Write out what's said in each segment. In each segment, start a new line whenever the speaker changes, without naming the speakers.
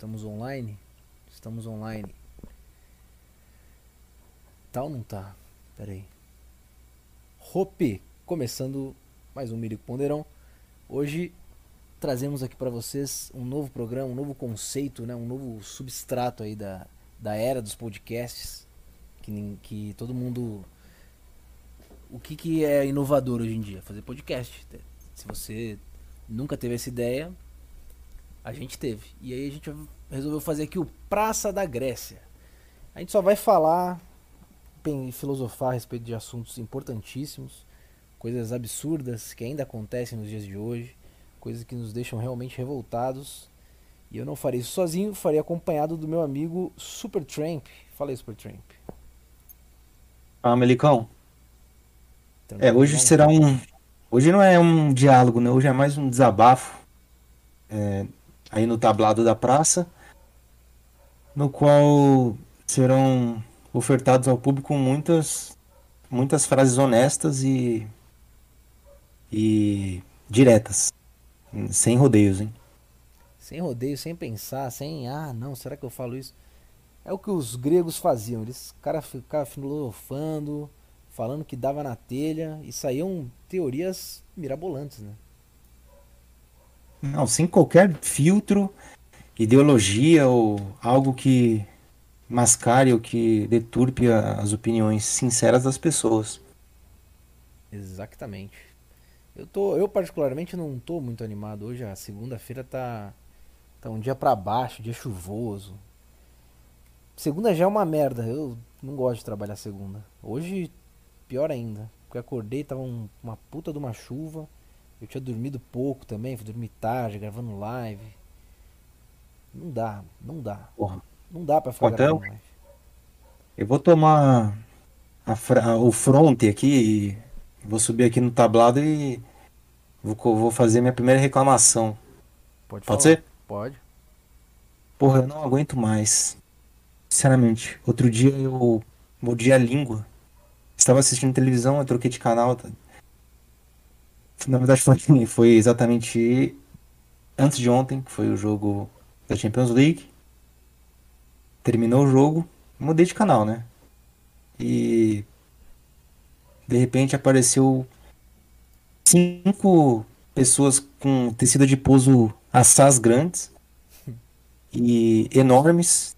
Estamos online? Estamos online. Tá ou não tá? Pera aí. Hope, começando mais um Mírico Ponderão. Hoje trazemos aqui para vocês um novo programa, um novo conceito, né? Um novo substrato aí da era dos podcasts. Que todo mundo... O que é inovador hoje em dia? Fazer podcast. Se você nunca teve essa ideia, a gente teve. E aí a gente resolveu fazer aqui o Praça da Grécia. A gente só vai falar, filosofar a respeito de assuntos importantíssimos, coisas absurdas que ainda acontecem nos dias de hoje, coisas que nos deixam realmente revoltados. E eu não farei isso sozinho, farei acompanhado do meu amigo Supertramp. Fala aí, Supertramp.
Ah, Melicão.
Tranquilo,
Hoje
irmão?
será um. Hoje não é um diálogo, né? Hoje é mais um desabafo aí no tablado da praça, no qual serão ofertados ao público muitas frases honestas e diretas, sem rodeios, hein?
Sem rodeio, sem pensar, sem... Ah, não, será que eu falo isso? É o que os gregos faziam. Eles, cara, ficavam filosofando, falando que dava na telha e saíam teorias mirabolantes, né?
Não, sem qualquer filtro, ideologia ou algo que mascare ou que deturpe as opiniões sinceras das pessoas.
Exatamente. Eu particularmente não tô muito animado hoje. A segunda-feira tá um dia pra baixo, dia chuvoso. Segunda já é uma merda. Eu não gosto de trabalhar segunda. Hoje pior ainda, porque eu acordei tava uma puta de uma chuva. Eu tinha dormido pouco também, fui dormir tarde, gravando live. Não dá, não dá.
Porra.
Não dá pra
Bom,
ficar
então
gravando live.
eu vou tomar o front aqui, vou subir aqui no tablado e vou fazer minha primeira reclamação.
Pode
Pode
falar?
ser?
Pode.
Porra, eu não aguento mais. Sinceramente, outro dia eu mordi a língua. Estava assistindo televisão, eu troquei de canal. Na verdade, foi exatamente antes de ontem, que foi o jogo da Champions League. Terminou o jogo, mudei de canal, né? E de repente apareceu 5 pessoas com tecido adiposo assaz grandes e enormes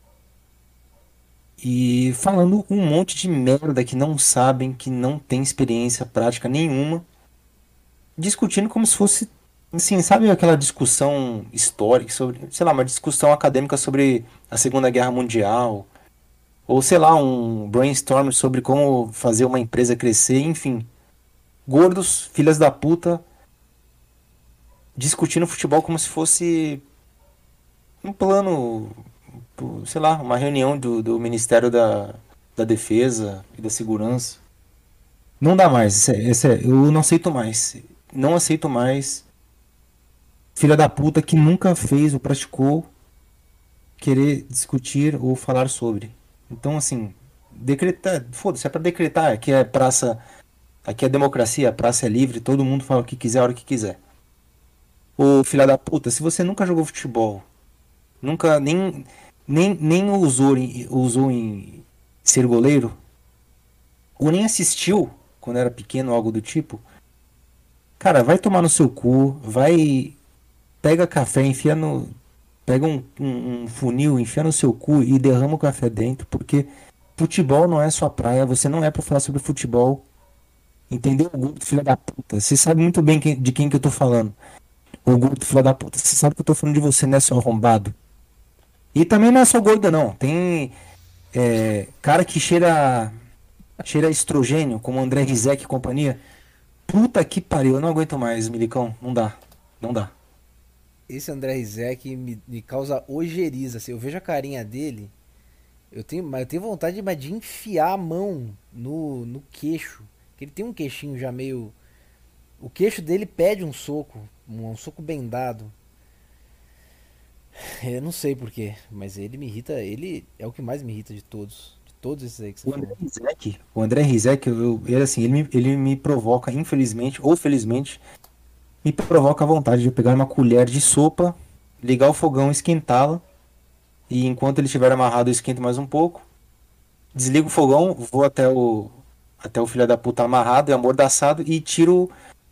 e falando um monte de merda que não sabem, que não tem experiência prática nenhuma, discutindo como se fosse, assim, sabe aquela discussão histórica sobre, sei lá, uma discussão acadêmica sobre a Segunda Guerra Mundial, ou sei lá, um brainstorm sobre como fazer uma empresa crescer, enfim. Gordos, filhas da puta, discutindo futebol como se fosse um plano, sei lá, uma reunião do Ministério da Defesa e da Segurança. Não dá mais, eu não aceito mais. Não aceito mais filha da puta que nunca fez ou praticou querer discutir ou falar sobre. Então, assim, decretar, foda-se, é pra decretar, aqui é praça, aqui é democracia, a praça é livre, todo mundo fala o que quiser, a hora que quiser. Ô, filha da puta, se você nunca jogou futebol, nunca nem usou em ser goleiro, ou nem assistiu quando era pequeno, algo do tipo, cara, vai tomar no seu cu, vai, pega café, enfia no. Pega um funil, enfia no seu cu e derrama o café dentro, porque futebol não é sua praia, você não é pra falar sobre futebol, entendeu? O gordo filho da puta, você sabe muito bem de quem que eu tô falando. O gordo filho da puta, você sabe que eu tô falando de você, né, seu arrombado? E também não é só gorda, não. Tem cara que cheira estrogênio, como André Rizek e companhia. Puta que pariu, eu não aguento mais, Milicão. Não dá. Não dá.
Esse André Rizek me causa ojeriza. Assim, eu vejo a carinha dele, eu tenho vontade de enfiar a mão no queixo. Que ele tem um queixinho já meio. O queixo dele pede um soco bem dado. Eu não sei porquê, mas ele me irrita. Ele é o que mais me irrita de todos. De todos esses aí que você falou.
O André Rizek, ele assim, ele me provoca, infelizmente ou felizmente, me provoca a vontade de eu pegar uma colher de sopa, ligar o fogão, esquentá-la e enquanto ele estiver amarrado eu esquento mais um pouco, desligo o fogão, vou até o filho da puta amarrado e amordaçado e tiro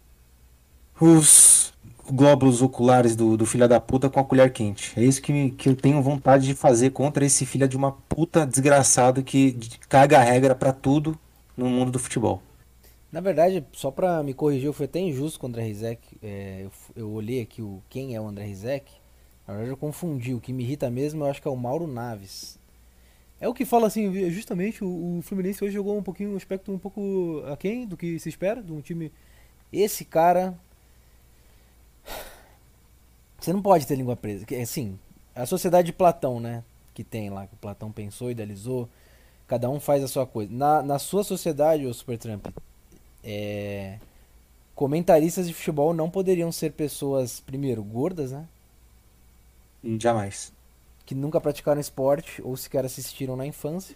os glóbulos oculares do filho da puta com a colher quente. É isso que eu tenho vontade de fazer contra esse filho de uma puta desgraçado que caga a regra pra tudo no mundo do futebol.
Na verdade, só pra me corrigir, eu fui até injusto com o André Rizek. Eu olhei aqui quem é o André Rizek. Na verdade, eu confundi. O que me irrita mesmo, eu acho que é o Mauro Naves. É o que fala assim, justamente o Fluminense hoje jogou um pouquinho, um aspecto um pouco aquém do que se espera de um time. Esse cara, você não pode ter língua presa. Assim, a sociedade de Platão, né? Que tem lá, que o Platão pensou, idealizou. Cada um faz a sua coisa. Na sua sociedade, ô Supertramp, é, comentaristas de futebol não poderiam ser pessoas, primeiro, gordas, né?
Jamais.
Que nunca praticaram esporte ou sequer assistiram na infância.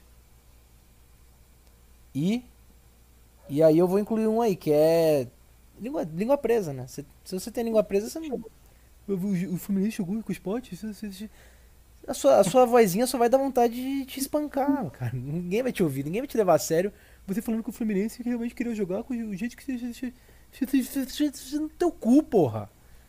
E, e aí eu vou incluir um aí, que é língua presa, né? Se você tem língua presa, você não. O Fluminense jogou com o esporte? A sua vozinha só vai dar vontade de te espancar, cara. Ninguém vai te ouvir, ninguém vai te levar a sério. Você falando que o Fluminense realmente queria jogar com o jeito que você no teu cu, porra.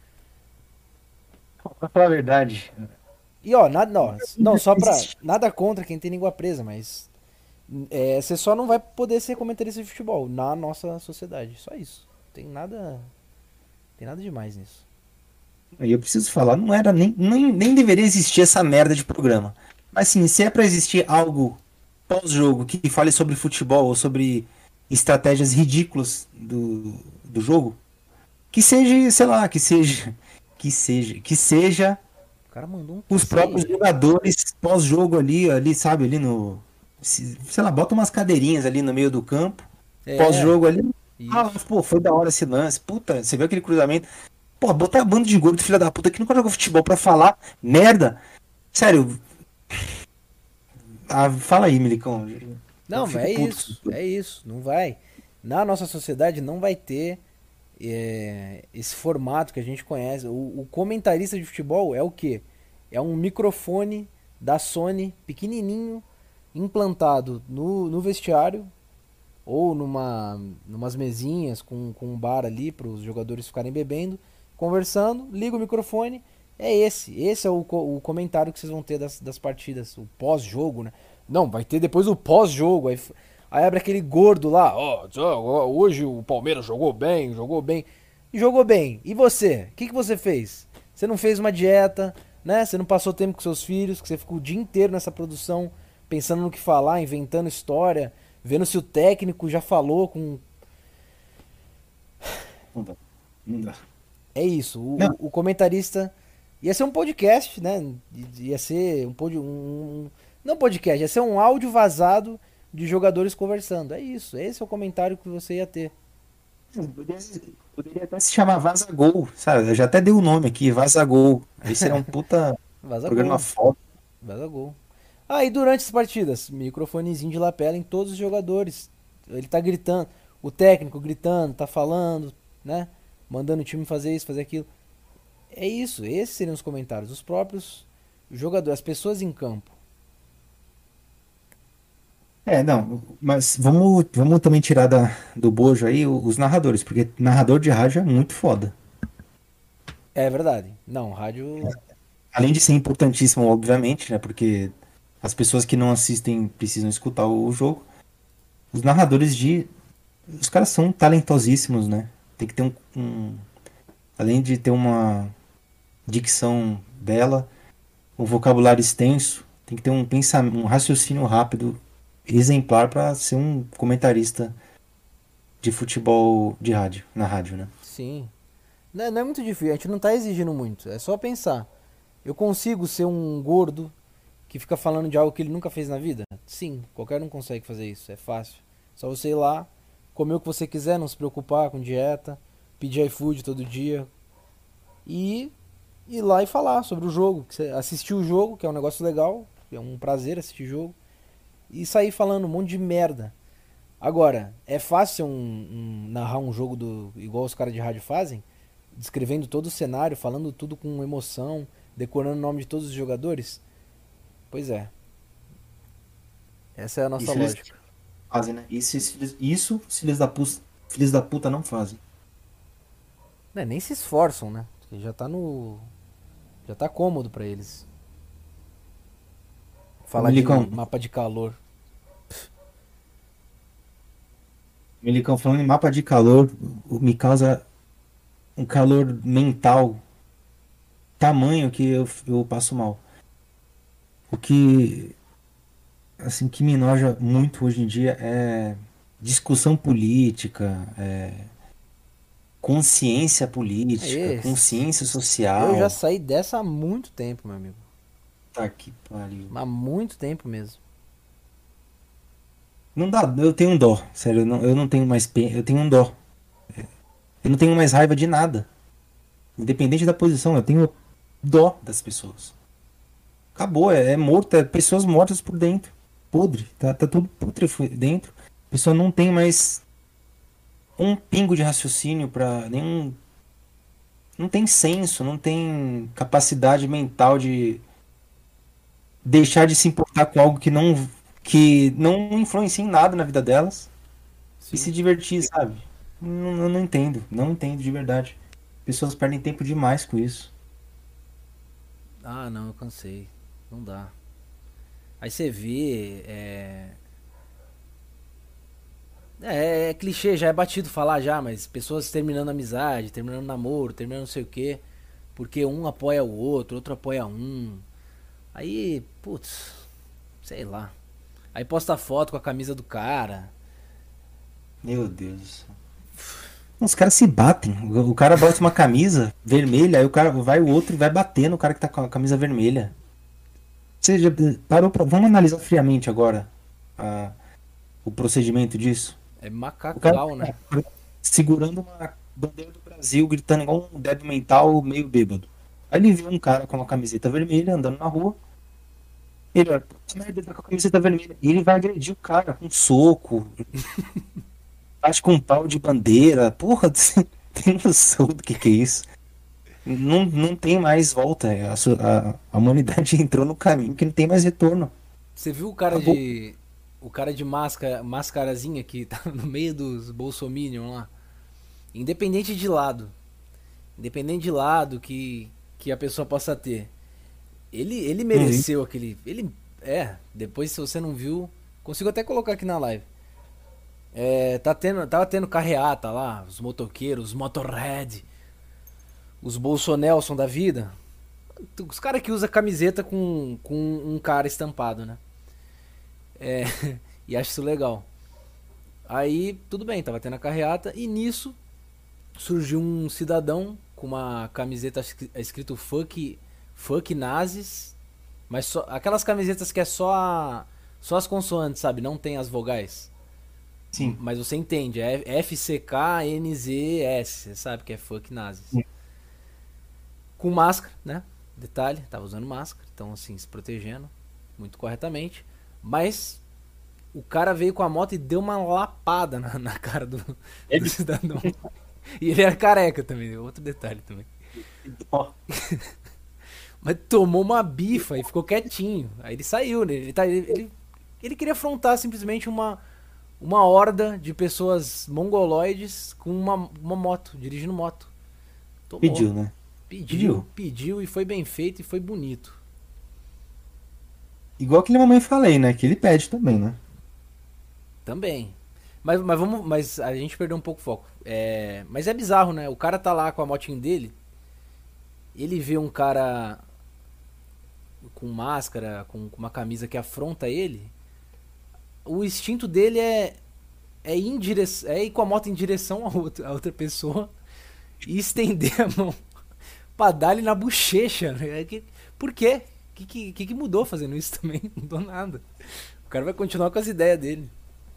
Pra falar a verdade,
E ó, nada, não, só pra. Nada contra quem tem língua presa, mas. Você só não vai poder ser comentarista de futebol na nossa sociedade. Só isso. Tem nada demais nisso.
aí eu preciso falar, não era nem deveria existir essa merda de programa. Mas sim, se é pra existir algo pós-jogo que fale sobre futebol ou sobre estratégias ridículas do jogo, que seja, sei lá, que seja
O cara mandou um que
os próprios
seja.
jogadores pós-jogo ali, sabe, ali no, sei lá, bota umas cadeirinhas ali no meio do campo,
É,
pós-jogo ali. Ah,
isso.
pô, foi da hora esse lance. Puta, você viu aquele cruzamento? Pô, botar bando de gordo, filha da puta, que nunca jogou futebol pra falar merda. Sério, fala aí, Milicão. Eu
Não, mas
fico
é
puto.
isso. É isso. Não vai. Na nossa sociedade não vai ter esse formato que a gente conhece. O comentarista de futebol é o quê? É um microfone da Sony, pequenininho, implantado no vestiário ou numas mesinhas com um bar ali para os jogadores ficarem bebendo, conversando, liga o microfone. Esse é o comentário que vocês vão ter das partidas, o pós-jogo, né? Não, vai ter depois o pós-jogo. Aí abre aquele gordo lá, ó, hoje o Palmeiras jogou bem, jogou bem. E jogou bem. E você? O que você fez? Você não fez uma dieta, né? Você não passou tempo com seus filhos, que você ficou o dia inteiro nessa produção, pensando no que falar, inventando história, vendo se o técnico já falou com.
Não dá, não dá.
É isso.
Não,
O comentarista ia ser um podcast, né? Ia ser não podcast, ia ser um áudio vazado de jogadores conversando. É isso. Esse é o comentário que você ia ter.
poderia até se chamar Vaza Gol, sabe? Eu já até dei o nome aqui, Vaza Gol. Aí seria um puta
Vaza
programa
gol.
foda.
Vaza gol. Ah, e durante as partidas, microfonezinho de lapela em todos os jogadores. Ele tá gritando, o técnico gritando, tá falando, né? Mandando o time fazer isso, fazer aquilo. É isso, esses seriam os comentários. Os próprios jogadores, as pessoas em campo.
É, não, mas vamos também tirar do bojo aí os narradores, porque narrador de rádio é muito foda.
É verdade. Não, rádio.
Além de ser importantíssimo, obviamente, né? Porque as pessoas que não assistem precisam escutar o jogo. Os narradores de. Os caras são talentosíssimos, né? Tem que ter além de ter uma dicção bela, um vocabulário extenso, tem que ter um raciocínio rápido, exemplar para ser um comentarista de futebol de rádio, na rádio, né?
Sim. Não é muito difícil, a gente não tá exigindo muito. É só pensar. Eu consigo ser um gordo que fica falando de algo que ele nunca fez na vida? Sim, qualquer um consegue fazer isso, é fácil. Só você ir lá, comer o que você quiser, não se preocupar com dieta, pedir iFood todo dia e ir lá e falar sobre o jogo, assistir o jogo, que é um negócio legal, é um prazer assistir jogo, e sair falando um monte de merda. Agora, é fácil narrar um jogo igual os caras de rádio fazem, descrevendo todo o cenário, falando tudo com emoção, decorando o nome de todos os jogadores? Pois é. Essa é a nossa
Isso eles
lógica.
fazem, né? Isso se filhos da puta não fazem.
Né, nem se esforçam, né? Porque já tá cômodo pra eles.
Ô,
Falar de
Milicão,
mapa de calor.
Milicão, falando em mapa de calor, me causa um calor mental tamanho que eu passo mal. O que, assim, que me enoja muito hoje em dia é discussão política, consciência
É
política,
esse.
consciência
Eu já
social.
saí dessa há muito tempo, meu amigo.
Tá que pariu.
Há muito tempo mesmo.
Não dá, eu tenho um dó, sério, eu não tenho mais pena, eu tenho um dó. Eu não tenho mais raiva de nada. Independente da posição, eu tenho dó das pessoas. Acabou, é morto, é pessoas mortas por dentro. Podre, tá tudo podre dentro. A pessoa não tem mais um pingo de raciocínio para nenhum. Não tem senso, não tem capacidade mental de deixar de se importar com algo que não influencia em nada na vida delas e
Sim.
se divertir, sabe? Eu não entendo, não entendo de verdade. Pessoas perdem tempo demais com isso.
Ah, não, eu cansei. Não dá. Aí você vê. É clichê, já é batido falar já, mas pessoas terminando amizade, terminando namoro, terminando não sei o quê. Porque um apoia o outro, outro apoia um. Aí, putz, sei lá. Aí posta foto com a camisa do cara.
Meu Deus do céu. Os caras se batem. O cara bota uma camisa vermelha, aí o cara vai o outro e vai bater no cara que tá com a camisa vermelha. Você já parou pra... Vamos analisar friamente agora a- o procedimento disso.
É
O cara
macacal, né?
tá segurando uma bandeira do Brasil, gritando igual um débil mental meio bêbado. Aí ele vê um cara com uma camiseta vermelha andando na rua. Ele olha, "Puta merda, ele tá com a camiseta vermelha." E ele vai agredir o cara com um soco, acho com um pau de bandeira. Porra, você tem noção do que é isso? Não tem mais volta. A humanidade entrou no caminho que não tem mais retorno.
Você viu o cara
Acabou.
de. O cara de máscara, mascarazinha que tá no meio dos Bolsominion lá? Independente de lado. Independente de lado que a pessoa possa ter. Ele
Não vi.
mereceu aquele. Ele. Depois se você não viu. Consigo até colocar aqui na live. Tava tendo carreata lá, os motoqueiros, os motorhead, os Bolsonelson da vida. Os caras que usam camiseta com um cara estampado, né? É, e acho isso legal. Aí, tudo bem, tava tendo a carreata. E nisso surgiu um cidadão com uma camiseta escrito fuck nazis. Mas só, aquelas camisetas que é só as consoantes, sabe? Não tem as vogais.
Sim.
Mas você entende, é FCKNZS, você sabe que é fuck nazis. Com máscara, né? Detalhe, tava usando máscara, então assim, se protegendo muito corretamente. Mas o cara veio com a moto e deu uma lapada na cara do
Ele.
cidadão. E ele era careca também, outro detalhe também.
Ó,
Mas tomou uma bifa e ficou quietinho. Aí ele saiu, né? Ele queria afrontar simplesmente uma horda de pessoas mongoloides com uma moto, dirigindo moto. Tomou.
pediu, né?
Pediu,
Pediu.
pediu e foi bem feito e foi bonito.
Igual aquele mamãe falei, né? Que ele pede também, né?
Também. Mas a gente perdeu um pouco o foco. Mas é bizarro, né? O cara tá lá com a motinha dele, ele vê um cara com máscara, com uma camisa que afronta ele. O instinto dele é ir com a moto em direção a outra pessoa e estender a mão pra dar-lhe na bochecha. Né? Por quê? O que mudou fazendo isso também? Não mudou nada. O cara vai continuar com as ideias dele.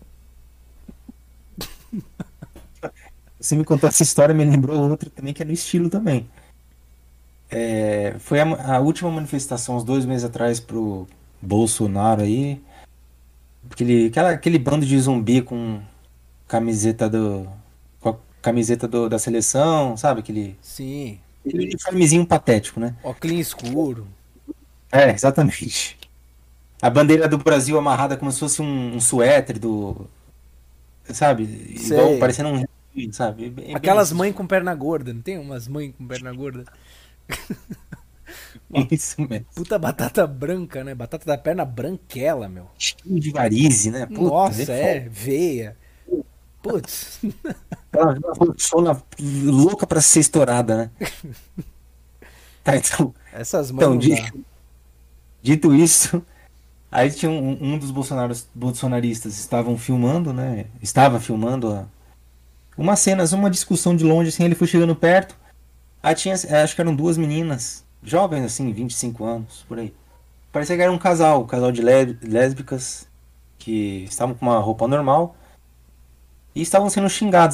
Você me contou essa história, me lembrou outra também que é no estilo também. Foi a última manifestação, uns 2 meses atrás, pro Bolsonaro aí. Aquele bando de zumbi camiseta do, com a camiseta da seleção, sabe?
Sim.
Aquele uniformezinho patético, né?
Óculos escuro.
Exatamente. A bandeira do Brasil amarrada como se fosse um suéter do. Sabe? Igual
Sei.
parecendo um. Sabe? Bem
Aquelas
esse
mães
estilo.
com perna gorda, não tem umas mães com perna gorda? Uma
Isso mesmo.
puta batata branca, né? Batata da perna branquela, meu.
Cheio de varize, né? Puta, é
Nossa,
foda.
é, veia. Putz,
Aquela roxona louca pra ser estourada, né? Tá, então.
essas mães
Então,
não dá.
dito isso, aí tinha um dos bolsonaristas estavam filmando, né? Estava filmando umas cenas, uma discussão de longe, assim, ele foi chegando perto. Aí tinha, acho que eram duas meninas, jovens, assim, 25 anos, por aí. Parecia que era um casal de lésbicas que estavam com uma roupa normal e estavam sendo xingadas.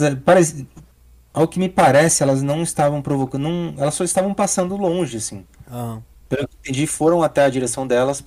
Ao que me parece, elas não estavam provocando, elas só estavam passando longe, assim.
Ah,
Pelo que eu entendi, foram até a direção delas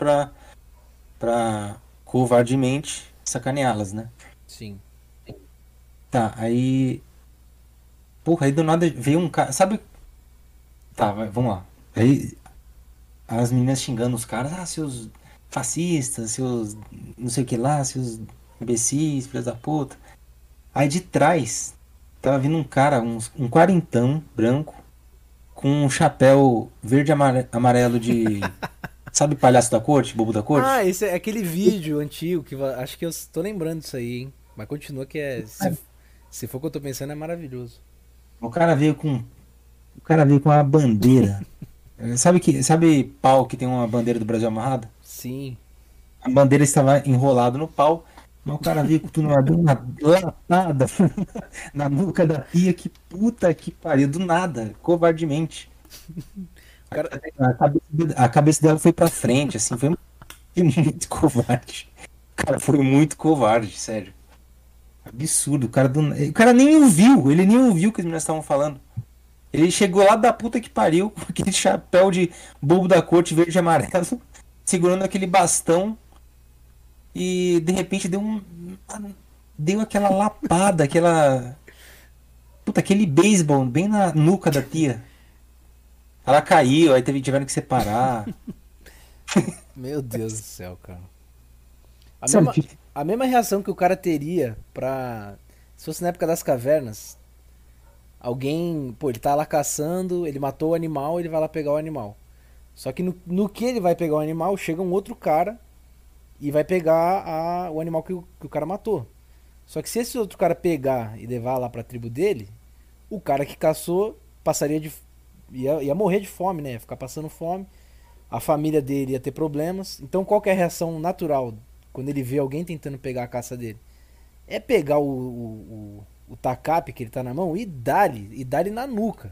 pra covardemente sacaneá-las, né?
sim.
Tá, aí. Porra, aí do nada veio um cara. Sabe. Tá, vamos lá. Aí as meninas xingando os caras, seus fascistas, seus não sei o que lá, seus imbecis, filhos da puta. Aí de trás tava vindo um cara, um quarentão branco, com um chapéu verde e amarelo de. Sabe palhaço da corte, bobo da
Ah,
corte?
esse é aquele vídeo antigo que acho que eu tô lembrando disso aí, hein? Mas continua que é. Se for o que eu tô pensando, é maravilhoso.
O cara veio com. O cara veio com uma bandeira. Sabe pau que tem uma bandeira do Brasil amarrada?
Sim.
A bandeira estava enrolada no pau, mas o cara veio com tudo uma latada na nuca da tia, que puta que pariu, do nada, covardemente.
O cara,
A cabeça dela foi pra frente, assim, foi muito covarde. Cara, foi muito covarde, sério. Absurdo, o cara nem ouviu, ele nem ouviu o que as meninas estavam falando. Ele chegou lá da puta que pariu, com aquele chapéu de bobo da corte verde e amarelo, segurando aquele bastão e de repente deu aquela lapada, aquele beisebol bem na nuca da tia. Ela caiu, aí tiveram que separar.
meu Deus do céu, cara. A mesma,
Sabe?
a mesma reação que o cara teria pra. Se fosse na época das cavernas, alguém. Pô, ele tá lá caçando, ele matou o animal, ele vai lá pegar o animal. Só que no que ele vai pegar o animal, chega um outro cara e vai pegar o animal que o cara matou. Só que se esse outro cara pegar e levar lá pra tribo dele, o cara que caçou passaria de. Ia morrer de fome, né? Ia ficar passando fome. A família dele ia ter problemas. Então qual que é a reação natural quando ele vê alguém tentando pegar a caça dele? É pegar o tacape que ele tá na mão e dar-lhe na nuca.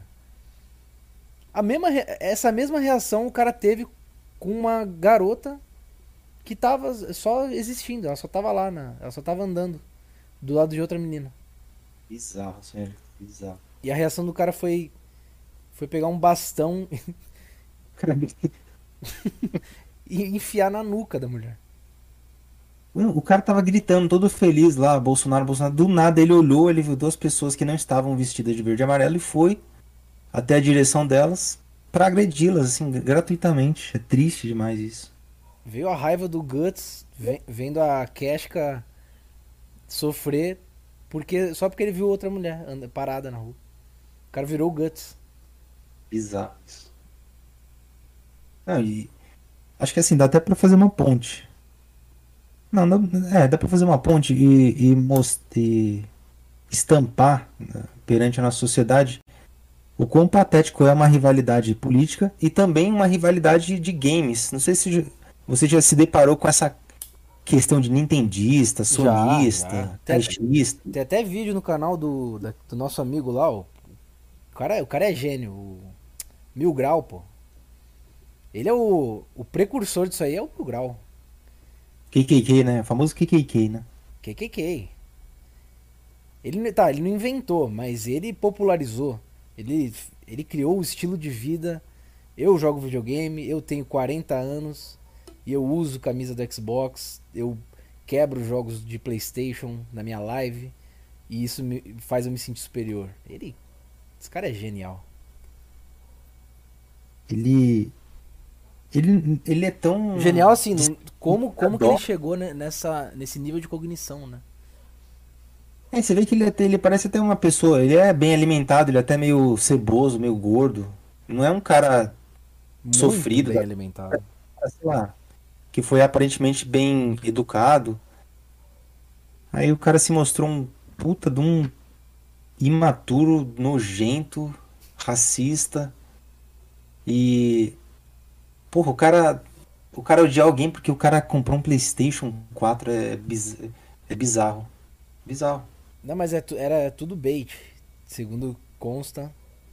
Essa mesma reação o cara teve com uma garota que tava só existindo, ela só tava lá, ela só tava andando do lado de outra menina.
Bizarro, sério, bizarro.
E a reação do cara foi pegar um bastão
Cara,
e enfiar na nuca da mulher.
o cara tava gritando, todo feliz lá, Bolsonaro, Bolsonaro. Do nada ele olhou, ele viu duas pessoas que não estavam vestidas de verde e amarelo e foi até a direção delas pra agredi-las, assim, gratuitamente. É triste demais isso.
Veio a raiva do Guts vendo a Keshka sofrer só porque ele viu outra mulher parada na rua. O cara virou o Guts.
Bizarro isso. Não, e acho que assim, dá até pra fazer uma ponte. Não, dá pra fazer uma ponte e estampar, né, perante a nossa sociedade o quão patético é uma rivalidade política e também uma rivalidade de games. Não sei se você já se deparou com essa questão de nintendista,
Já.
sonista, caixista.
Tem até vídeo no canal do nosso amigo lá, ó. O cara é gênio, o Mil Grau, pô. Ele é o precursor disso aí, é o Mil Grau.
KKK, né? O famoso KKK, né?
KKK. Ele não inventou, mas ele popularizou. Ele criou o estilo de vida. Eu jogo videogame, eu tenho 40 anos e eu uso camisa do Xbox, eu quebro jogos de PlayStation na minha live e isso me faz eu me sentir superior. Esse cara é genial.
Ele. Ele é tão.
Genial assim, como que ele
Dó.
chegou né, nesse nível de cognição, né?
É, você vê que ele parece até uma pessoa. Ele é bem alimentado, ele é até meio ceboso, meio gordo. Não é um cara
Muito
sofrido,
bem alimentado.
sei lá, que foi aparentemente bem educado. Aí o cara se mostrou um puta de um imaturo, nojento, racista. E, porra, o cara odiar alguém porque o cara comprou um PlayStation 4 é bizarro. Bizarro.
Não, mas era tudo bait. Segundo consta,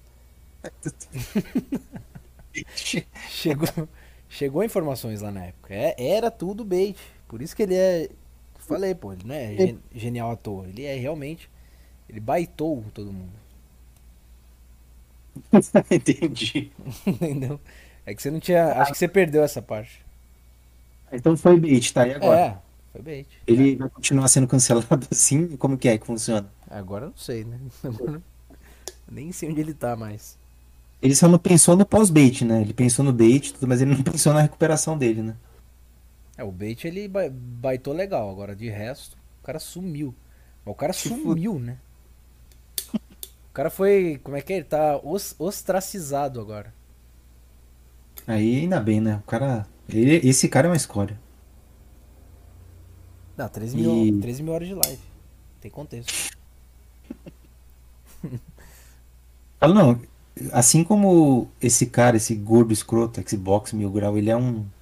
chegou, chegou informações lá na época. Era tudo bait. Por isso que ele é. Falei, pô, ele não é genial à toa. Ele é realmente. Ele baitou todo mundo.
Entendi.
Entendeu? É que você não tinha. Acho que você perdeu essa parte.
Então foi bait, tá? E agora?
É, foi bait.
Ele vai continuar sendo cancelado assim? Como que é que funciona?
Agora eu não sei, né? Agora nem sei onde ele tá mais.
Ele só não pensou no pós-bait, né? Ele pensou no bait, tudo, mas ele não pensou na recuperação dele, né?
É, o bait ele baitou legal. Agora de resto, o cara sumiu. Mas o cara
Se fu-
sumiu, né? O cara foi. Como é que é? Ele tá ostracizado agora.
Aí ainda bem, né? O cara. Esse cara é uma escória.
Não, 13 mil,
E.
13 mil horas de live. Tem contexto.
Falo, não. Assim como esse cara, esse gordo escroto, Xbox Mil Grau, ele é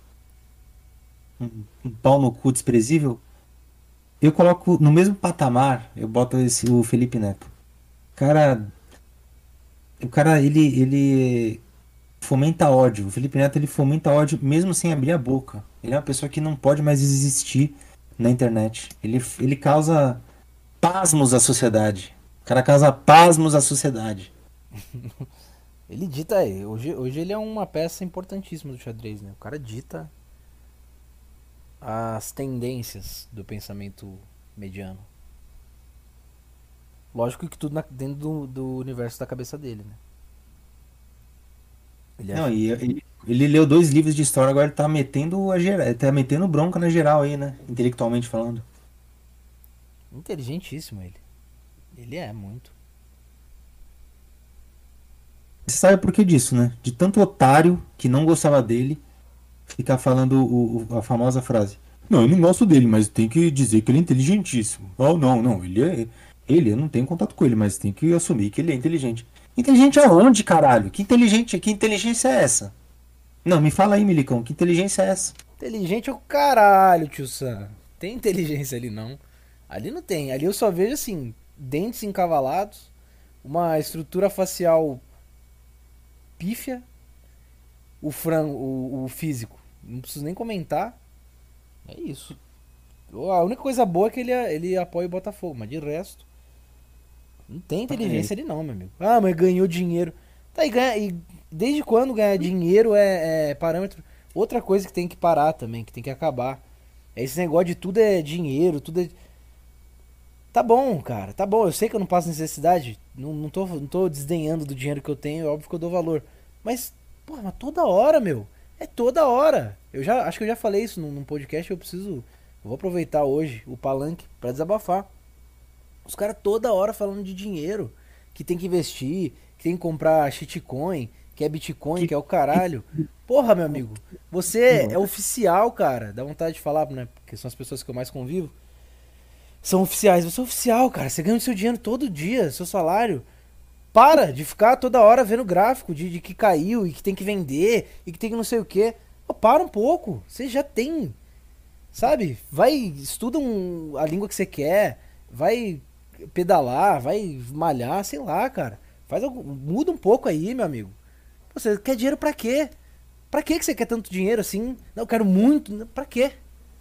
um pau no cu desprezível. Eu coloco no mesmo patamar, eu boto o Felipe Neto. Cara, o cara, ele fomenta ódio. O Felipe Neto, ele fomenta ódio mesmo sem abrir a boca. Ele é uma pessoa que não pode mais existir na internet. Ele causa pasmos à sociedade. O cara causa pasmos à sociedade.
Ele dita aí. Hoje ele é uma peça importantíssima do xadrez, né? O cara dita as tendências do pensamento mediano. Lógico que tudo dentro do universo da cabeça dele, né? Ele
Não,
acha.
e ele leu 2 livros de história, agora ele tá metendo a geral, ele tá metendo bronca na geral aí, né? Intelectualmente falando.
Inteligentíssimo ele. Ele é muito.
Você sabe por que disso, né? De tanto otário que não gostava dele ficar falando a famosa frase. Não, eu não gosto dele, mas tem que dizer que ele é inteligentíssimo. Oh, não, não, ele é. Eu não tenho contato com ele, mas tem que assumir que ele é inteligente. Inteligente aonde, caralho? Que inteligência é essa? Não, me fala aí, Milicão, que inteligência é essa?
Inteligente é o caralho, tio Sam. Tem inteligência ali não. Ali não tem. Ali eu só vejo assim, dentes encavalados, uma estrutura facial pífia, o frango, o físico. Não preciso nem comentar. É isso. A única coisa boa é que ele apoia o Botafogo, mas de resto, não tem
É,
inteligência ali não, meu amigo. Ah, mas ganhou dinheiro. Tá, e desde quando ganhar dinheiro é parâmetro? Outra coisa que tem que parar também, que tem que acabar. É esse negócio de tudo é dinheiro, tudo é. Tá bom, cara, tá bom. Eu sei que eu não passo necessidade. Não tô desdenhando do dinheiro que eu tenho, é óbvio que eu dou valor. Mas, porra, mas toda hora, meu. É toda hora. Acho que eu já falei isso num podcast, eu preciso. Eu vou aproveitar hoje o palanque pra desabafar. Os caras toda hora falando de dinheiro, que tem que investir, que tem que comprar shitcoin, que é Bitcoin, que é o caralho. Porra, meu amigo, você é oficial, cara. Dá vontade de falar, né? Porque são as pessoas que eu mais convivo. São oficiais. Você é oficial, cara. Você ganha o seu dinheiro todo dia, seu salário. Para de ficar toda hora vendo gráfico de que caiu e que tem que vender e que tem que não sei o que. Para um pouco. Você já tem. Sabe? Vai, estuda a língua que você quer. Vai pedalar, vai malhar, sei lá, cara. Muda um pouco aí, meu amigo. Você quer dinheiro pra quê? Pra que você quer tanto dinheiro assim? Não, eu quero muito. Pra quê?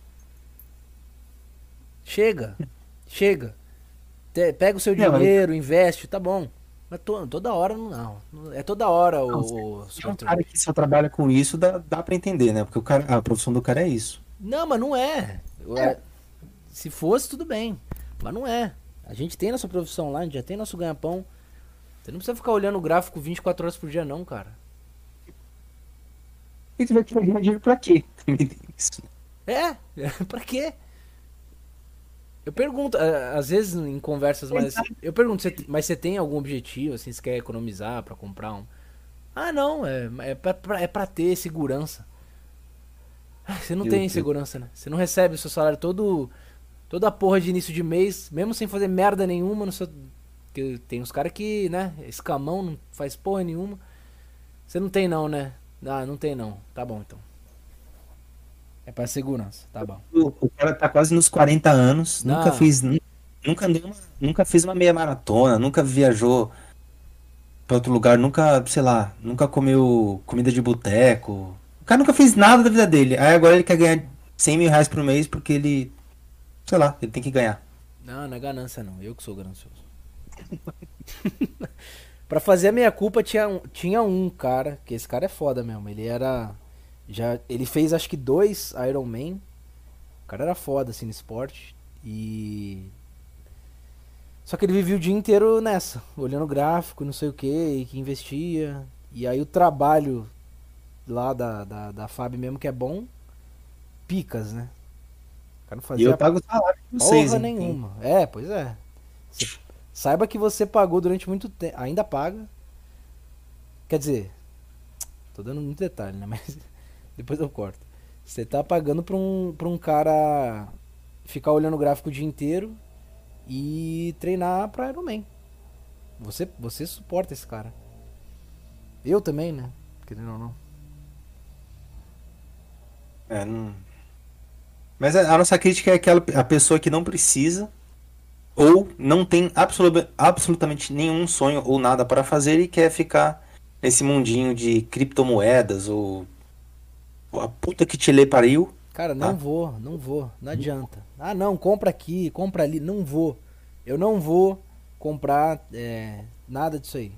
Chega. Chega. Pega o seu
mas
dinheiro, investe, tá bom. Mas toda hora não. É toda hora
não,
o
se é
Super
um cara
Trunks.
que só trabalha com isso, dá pra entender, né? Porque a profissão do cara é isso.
Não, mas não é. Se fosse, tudo bem. Mas não é. A gente tem nossa profissão lá, a gente já tem nosso ganha-pão. Você não precisa ficar olhando o gráfico 24 horas por dia, não, cara.
E tu vai querer ganhar dinheiro pra quê? Também tem isso.
É, pra quê? Eu pergunto, às vezes em conversas mais. Eu pergunto, mas você tem algum objetivo, assim, você quer economizar pra comprar um. Ah, não, é pra ter segurança. Ah, você não
Meu
tem
Deus.
segurança, né? Você não recebe o seu salário toda a porra de início de mês, mesmo sem fazer merda nenhuma no seu. Que tem uns caras que, né, escamão, não faz porra nenhuma. Você não tem não, né? Ah, não tem não. Tá bom então. É pra segurança, tá bom.
O cara tá quase nos 40 anos,
Não,
nunca andou nunca fez uma meia maratona, nunca viajou pra outro lugar, nunca, sei lá, nunca comeu comida de boteco. O cara nunca fez nada da vida dele. Aí agora ele quer ganhar 100 mil reais por mês porque ele, sei lá, ele tem que ganhar.
não é ganância não. Eu que sou ganancioso. Pra fazer a meia culpa tinha um cara, que esse cara é foda mesmo. Ele era. Ele fez acho que 2 Iron Man. O cara era foda assim no esporte. E. Só que ele vivia o dia inteiro nessa, olhando gráfico, não sei o que, e que investia. E aí o trabalho lá da FAB mesmo que é bom, picas, né? O cara não
E eu
fazia
pago o salário de vocês,
porra
hein?
nenhuma. É, pois é. Você- Saiba que você pagou durante muito tempo. Ainda paga. Quer dizer, tô dando muito detalhe, né? Mas depois eu corto. Você tá pagando pra um cara ficar olhando o gráfico o dia inteiro e treinar pra Iron Man. Você suporta esse cara. Eu também, né? Querendo ou não.
É, não... Mas a nossa crítica é aquela a pessoa que não precisa ou não tem absolutamente nenhum sonho ou nada para fazer e quer ficar nesse mundinho de criptomoedas ou a puta que te lê pariu,
Cara, não
tá?
vou, não vou, não adianta. Ah, não, compra aqui, compra ali, não vou. Eu não vou comprar nada disso aí.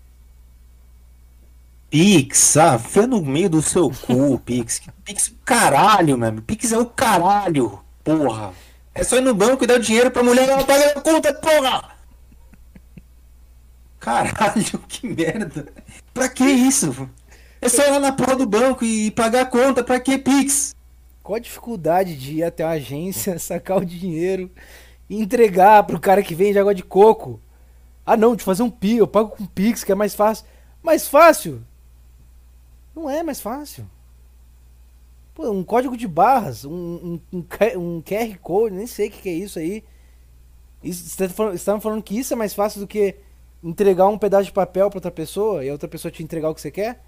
Pix, fé no meio do seu cu, Pix. Pix, caralho, mano. Pix é o caralho, porra. É só ir no banco e dar o dinheiro pra mulher e ela paga a conta, porra! Caralho, que merda. Pra que isso? É só ir lá na porra do banco e pagar a conta, pra que Pix?
Qual a dificuldade de ir até uma agência, sacar o dinheiro e entregar pro cara que vende água de coco? Ah, não, de fazer um Pix, eu pago com Pix, que é mais fácil. Mais fácil? Não é mais fácil. Pô, um código de barras, um QR Code, nem sei o que é isso aí. Você tá falando que isso é mais fácil do que entregar um pedaço de papel pra outra pessoa e a outra pessoa te entregar o que você quer?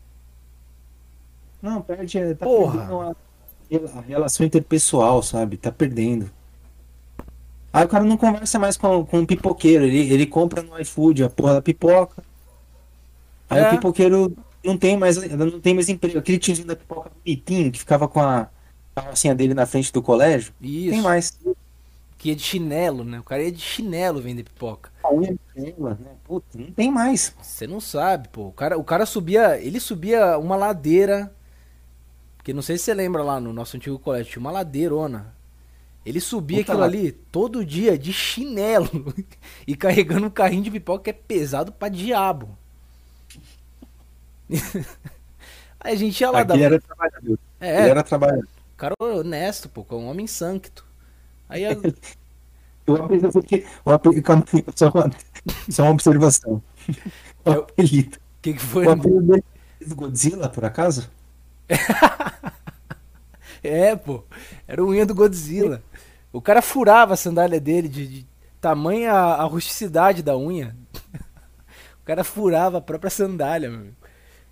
Não, tá
Porra!
perdendo a relação interpessoal, sabe? Tá perdendo. Aí o cara não conversa mais com o pipoqueiro, ele compra no iFood a porra da pipoca. Aí o
É,
pipoqueiro não tem mais emprego. Aquele tiozinho da pipoca bonitinho que ficava com a carrocinha dele na frente do colégio, tem
isso.
mais.
Que é de chinelo, né? O cara ia de chinelo vender pipoca.
A unha dela, né? Puta, não tem mais.
Você não sabe, pô. O cara subia. Ele subia uma ladeira. Porque não sei se você lembra lá no nosso antigo colégio, tinha uma ladeirona. Ele subia
Puta
aquilo
lá.
ali todo dia de chinelo. E carregando um carrinho de pipoca que é pesado pra diabo. Aí a gente ia lá,
Aquele
dava.
era trabalhador. Ele
É,
era trabalhador.
o cara honesto, pô, um homem sancto. Aí a.
O apelido, calma aí, só uma observação. O
É, o
apelido.
que foi?
O apelido dele é do Godzilla, por acaso?
É, pô. Era o unha do Godzilla. O cara furava a sandália dele de tamanha a rusticidade da unha. O cara furava a própria sandália, meu amigo.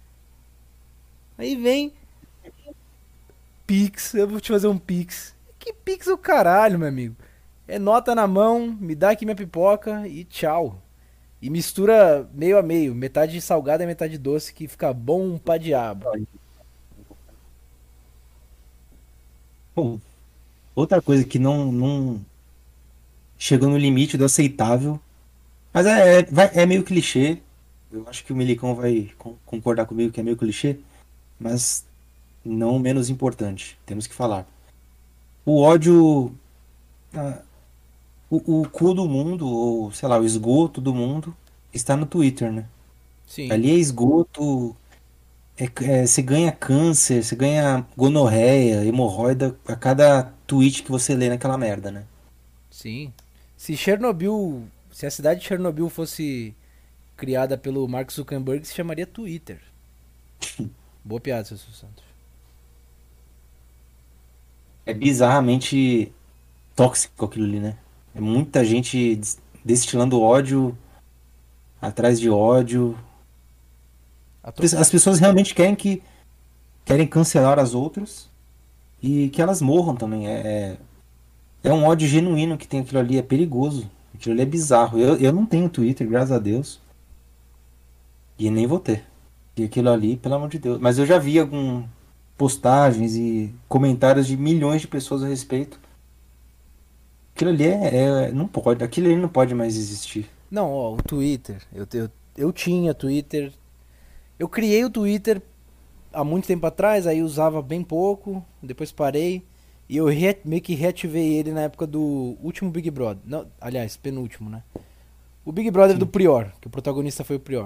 Aí vem Pix, eu vou te fazer um Pix. Que Pix é o caralho, meu amigo? É nota na mão, me dá aqui minha pipoca e tchau. E mistura meio a meio, metade salgada e metade doce, que fica bom pra diabo.
Bom, outra coisa que não chegou no limite do aceitável, mas é meio clichê. Eu acho que o Milicão vai concordar comigo que é meio clichê, mas não menos importante. Temos que falar. O ódio, ah, o cu do mundo, ou sei lá, o esgoto do mundo está no Twitter, né?
Sim.
Ali é esgoto, Você ganha câncer, você ganha gonorreia, hemorroida a cada tweet que você lê naquela merda, né?
Sim. Se Chernobyl, se a cidade de Chernobyl fosse criada pelo Mark Zuckerberg, se chamaria Twitter. Boa piada, seu Santos.
É bizarramente tóxico aquilo ali, né? É muita gente destilando ódio atrás de ódio.
Atro...
As pessoas realmente querem cancelar as outras e que elas morram também. É um ódio genuíno que tem aquilo ali, é perigoso. Aquilo ali é bizarro. Eu não tenho Twitter, graças a Deus, e nem vou ter. E aquilo ali, pelo amor de Deus. Mas eu já vi algumas postagens e comentários de milhões de pessoas a respeito. Aquilo ali não pode, aquilo ali não pode mais existir.
Não, ó, o Twitter. Eu tinha Twitter. Eu criei o Twitter há muito tempo atrás, aí usava bem pouco, depois parei. E eu meio que reativei ele na época do último Big Brother. Não, aliás, penúltimo, né? O Big Brother do
Sim.
Prior, que o protagonista foi o Prior.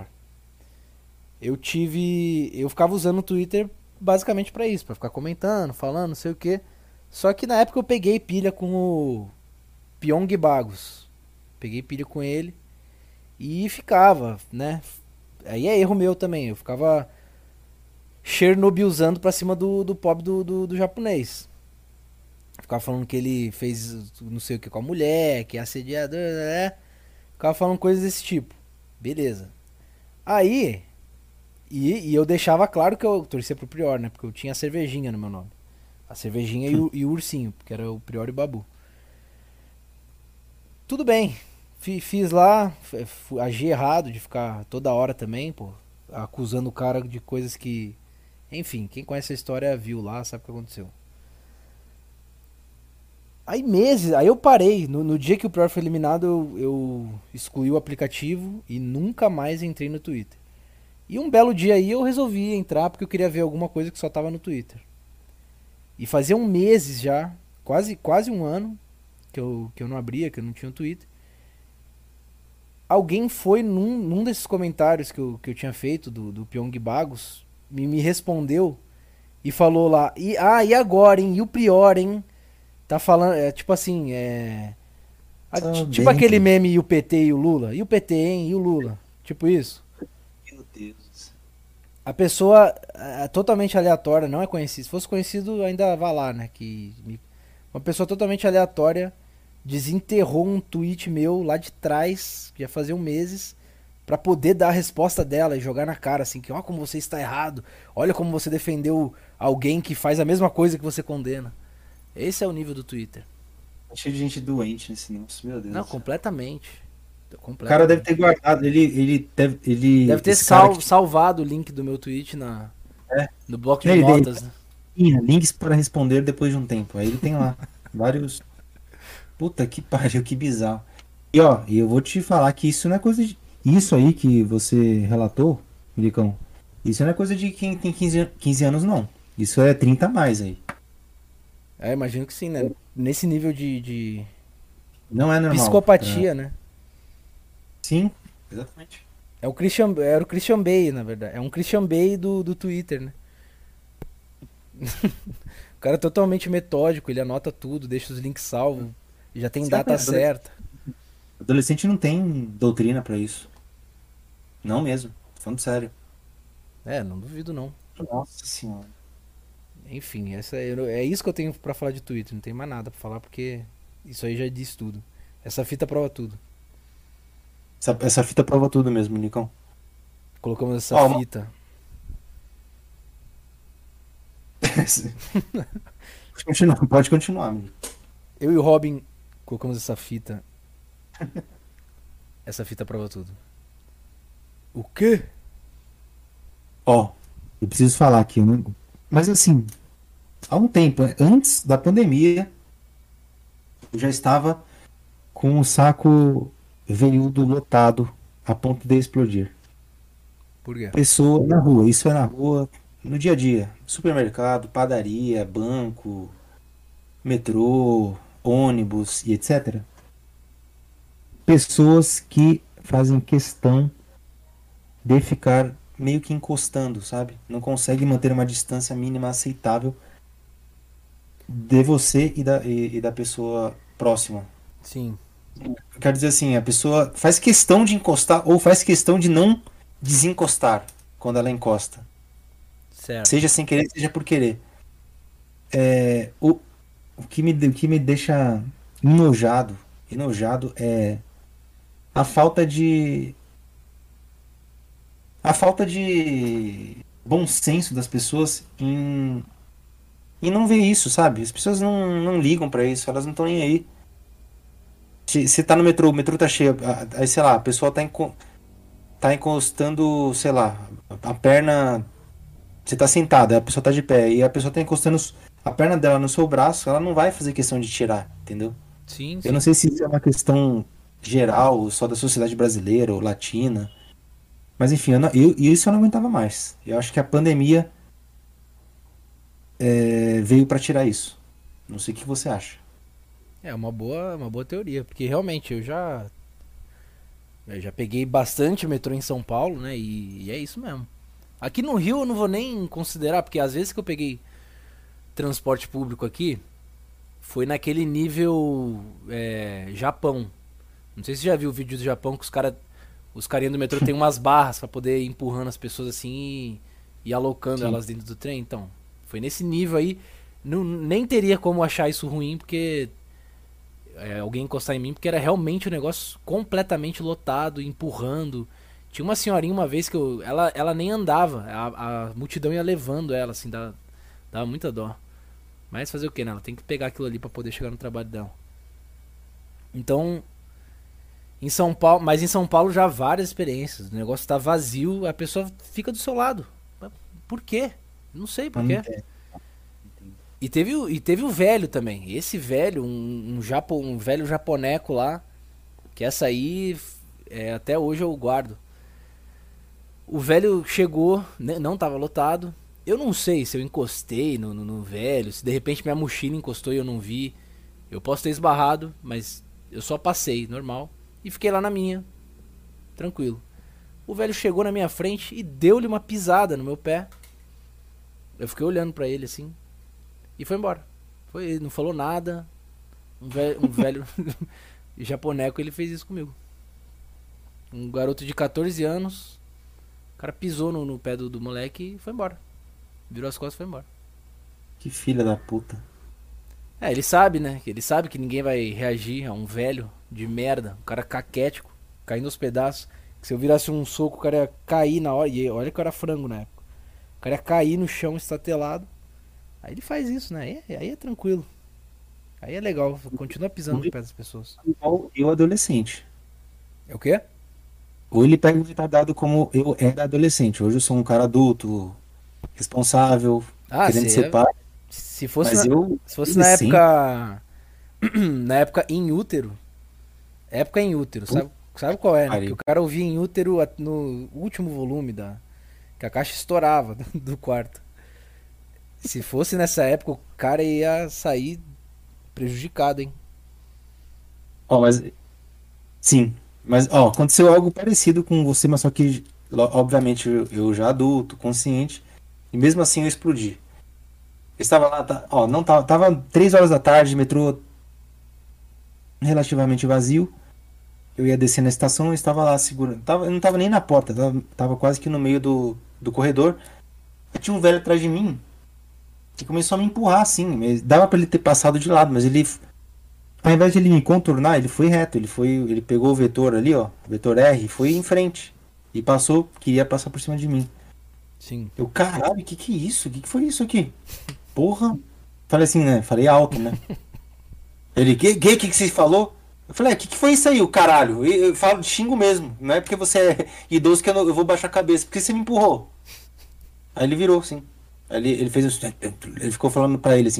Eu ficava usando o Twitter basicamente pra isso, pra ficar comentando, falando, não sei o que. Só que na época eu peguei pilha com o Pyong Bagos. Peguei pilha com ele e ficava, né? Aí é erro meu também. Eu ficava Chernobylzando pra cima do pobre do japonês. Ficava falando que ele fez não sei o que com a mulher, que é assediador, né? Ficava falando coisas desse tipo. Beleza. Aí, e eu deixava claro que eu torcia pro Prior, né? Porque eu tinha a cervejinha no meu nome. A cervejinha e o ursinho, porque era o Prior e o Babu. Tudo bem. Fiz lá, agi errado de ficar toda hora também, pô. Acusando o cara de coisas que. Enfim, quem conhece a história viu lá, sabe o que aconteceu. Aí meses, aí eu parei. No dia que o Prior foi eliminado, eu excluí o aplicativo e nunca mais entrei no Twitter. E um belo dia aí eu resolvi entrar porque eu queria ver alguma coisa que só tava no Twitter. E fazia meses já, quase um ano, que eu não abria, que eu não tinha um Twitter. Alguém foi num desses comentários que eu tinha feito do Pyong Bagos, me respondeu e falou lá, e agora, hein? E o Prior, hein? Tá falando, tipo assim,
Tá
tipo
bem.
aquele meme e o PT e o Lula. E o PT, hein? E o Lula. Tipo isso.
Meu Deus.
A pessoa totalmente aleatória, não é conhecido. Se fosse conhecido, ainda vá lá, né? Uma pessoa totalmente aleatória desenterrou um tweet meu lá de trás, que já fazia meses, pra poder dar a resposta dela e jogar na cara, assim, que ó como você está errado, olha como você defendeu alguém que faz a mesma coisa que você condena. Esse é o nível do Twitter.
Tá cheio de gente doente nesse negócio, meu
Não,
Deus.
completamente.
O cara deve
Completamente.
ter guardado,
Deve ter
esse cara que
salvado o link do meu tweet
é,
no bloco de
ele
notas, né?
tinha links para responder depois de um tempo. Aí ele tem lá vários. Puta que pariu, que bizarro. E ó, e eu vou te falar que isso não é coisa de. Isso aí que você relatou, Milicão, isso não é coisa de quem tem 15 anos, não. Isso é 30 a mais aí.
Imagino que sim, né? Nesse nível de
Não é normal.
psicopatia, né?
Sim, exatamente.
Era o Christian Bale, na verdade. É um Christian Bale do Twitter, né? O cara é totalmente metódico, ele anota tudo, deixa os links salvos, já tem
Sim,
data certa.
adolescente não tem doutrina pra isso. Não mesmo. Tô falando sério.
Não duvido não.
Nossa senhora.
Enfim, é isso que eu tenho pra falar de Twitter, não tem mais nada pra falar porque isso aí já diz tudo. Essa fita prova tudo.
Essa fita prova tudo mesmo, Nicão.
Colocamos essa
Ó,
fita.
pode continuar, amigo.
Eu e o Robin colocamos essa fita. Essa fita prova tudo. O quê?
Ó, eu preciso falar aqui, né? Mas assim, há um tempo, antes da pandemia, eu já estava com o saco veiudo lotado a ponto de explodir.
Por quê?
Pessoa na rua, isso é na rua, no dia a dia. Supermercado, padaria, banco, metrô, ônibus e etc. Pessoas que fazem questão de ficar meio que encostando, sabe? Não consegue manter uma distância mínima aceitável de você e da pessoa próxima.
Sim,
Eu quero dizer assim, a pessoa faz questão de encostar ou faz questão de não desencostar quando ela encosta.
certo.
Seja sem querer, seja por querer. O que me deixa enojado é a falta de a falta de bom senso das pessoas em não ver isso, sabe? As pessoas não ligam pra isso, elas não estão nem aí. Você tá no metrô, o metrô tá cheio, aí sei lá, a pessoa tá encostando, sei lá, a perna. Você tá sentado, a pessoa tá de pé e a pessoa tá encostando a perna dela no seu braço, ela não vai fazer questão de tirar, entendeu?
Sim,
Eu não
sim.
sei se isso é uma questão geral, só da sociedade brasileira ou latina, mas enfim, isso eu não aguentava mais. Eu acho que a pandemia veio pra tirar isso. Não sei o que você acha.
É uma boa teoria, porque realmente eu já peguei bastante metrô em São Paulo, né? E é isso mesmo. Aqui no Rio eu não vou nem considerar, porque às vezes que eu peguei transporte público aqui, foi naquele nível Japão. Não sei se você já viu o vídeo do Japão que os carinhas do metrô tem umas barras pra poder ir empurrando as pessoas assim e alocando
Sim.
elas dentro do trem. Então, foi nesse nível aí. Não, nem teria como achar isso ruim, porque alguém encostar em mim, porque era realmente um negócio completamente lotado, empurrando. Tinha uma senhorinha uma vez que ela nem andava, a multidão ia levando ela, assim, dava muita dó. Mas fazer o que, né? Ela tem que pegar aquilo ali pra poder chegar no trabalho dela. Então, em São Paulo, mas em São Paulo já várias experiências. O negócio tá vazio, a pessoa fica do seu lado. Por quê? Não sei por
Mas não
quê.
tem.
E teve o velho também. Esse velho, um velho japoneco lá, que essa aí até hoje eu guardo. O velho chegou, não tava lotado. Eu não sei se eu encostei no velho, se de repente minha mochila encostou e eu não vi. Eu posso ter esbarrado, mas eu só passei, normal. E fiquei lá na minha, tranquilo. O velho chegou na minha frente e deu-lhe uma pisada no meu pé. Eu fiquei olhando pra ele assim e foi embora. Ele não falou nada. Um velho japoneco, ele fez isso comigo. Um garoto de 14 anos, o cara pisou no pé do moleque e foi embora. Virou as costas e foi embora.
Que filha da puta.
Ele sabe, né? Ele sabe que ninguém vai reagir a um velho de merda, um cara caquético, caindo aos pedaços. Que se eu virasse um soco, o cara ia cair na hora. E olha que eu era frango na época. O cara ia cair no chão estatelado. Aí ele faz isso, né? Aí é tranquilo. Aí é legal, continua pisando no pé das pessoas.
Igual eu adolescente.
É o quê?
Ou ele pega o retardado como eu era adolescente. Hoje eu sou um cara adulto, responsável,
Ah,
querendo ser pai,
se fosse
mas
na,
eu,
se fosse na
adolescente,
época. Na época em útero. Época em útero,
puta
sabe qual é, né? Que
pariu.
o cara ouvia em útero no último volume que a caixa estourava do quarto. Se fosse nessa época, o cara ia sair prejudicado, hein?
Ó, mas sim, mas ó, aconteceu algo parecido com você, mas só que obviamente eu já adulto, consciente, e mesmo assim eu explodi. Eu estava lá, ó, não tava 3 horas da tarde, metrô relativamente vazio. Eu ia descer na estação, eu estava lá segurando. Eu não estava nem na porta, tava quase que no meio do corredor. Aí tinha um velho atrás de mim que começou a me empurrar assim. Dava pra ele ter passado de lado, mas ele, ao invés de ele me contornar, ele foi reto. Ele pegou o vetor ali, ó, o vetor R, e foi em frente. E passou, queria passar por cima de mim.
Sim.
Eu, caralho, que é isso? Que foi isso aqui? Porra. Falei assim, né? Falei alto, né? Ele, que você falou? Eu falei, que foi isso aí, o caralho? Eu falo, xingo mesmo. Não é porque você é idoso que eu vou baixar a cabeça, porque você me empurrou. Aí ele virou, sim. Aí ele fez isso. Ele ficou falando pra ele assim.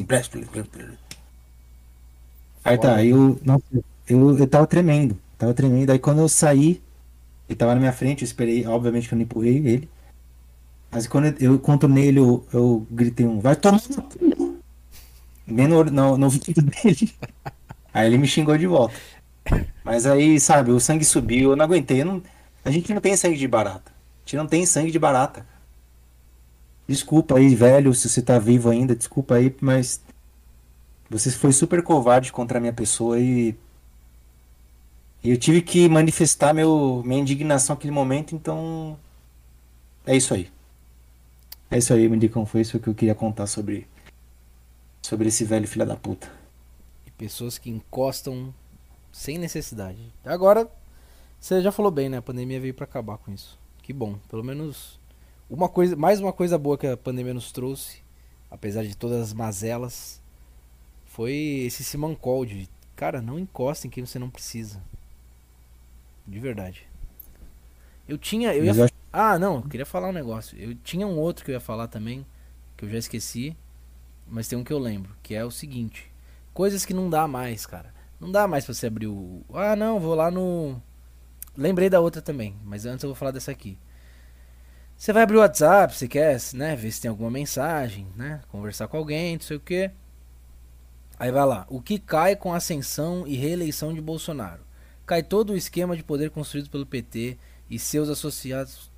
Aí tá,
Foda,
aí
né?
eu tava tremendo. Tava tremendo. Aí quando eu saí, ele tava na minha frente, eu esperei, obviamente que eu não empurrei ele. Mas quando eu contornei ele, eu gritei vai tomar no cu. Bem no ouvido dele. Aí ele me xingou de volta. Mas aí, sabe, o sangue subiu, eu não aguentei. A gente não tem sangue de barata. gente não tem sangue de barata. Desculpa aí, velho, se você tá vivo ainda, desculpa aí, mas você foi super covarde contra a minha pessoa e eu tive que manifestar minha indignação naquele momento, então é isso aí. É isso aí, Mindicão, foi isso que eu queria contar sobre esse velho filho da puta.
E pessoas que encostam sem necessidade. Agora, você já falou bem, né? A pandemia veio pra acabar com isso. Que bom. Pelo menos mais uma coisa boa que a pandemia nos trouxe, apesar de todas as mazelas, foi esse simancol de, cara, não encosta em quem você não precisa. De verdade. Eu ia.
Mas eu acho
Ah, não, eu queria falar um negócio. Eu tinha um outro que eu ia falar também, que eu já esqueci, mas tem um que eu lembro, que é o seguinte: coisas que não dá mais, cara. Não dá mais pra você abrir o. Ah, não, vou lá no. Lembrei da outra também, mas antes eu vou falar dessa aqui. Você vai abrir o WhatsApp, você quer, né, ver se tem alguma mensagem, né, conversar com alguém, não sei o que. Aí vai lá, o que cai com a ascensão e reeleição de Bolsonaro? Cai todo o esquema de poder construído pelo PT e seus associados.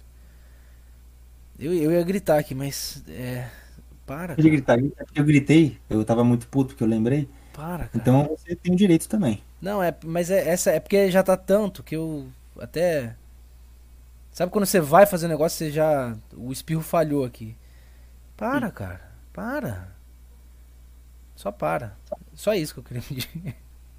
Eu ia gritar aqui, mas para,
que de
cara.
gritar, eu gritei, eu tava muito puto porque eu lembrei,
Para, cara.
então você tem o direito também.
Não, mas essa é porque já tá tanto que eu até. Sabe quando você vai fazer um negócio, você já. O espirro falhou aqui. Para, cara. Para. Só para. Só isso que eu queria pedir.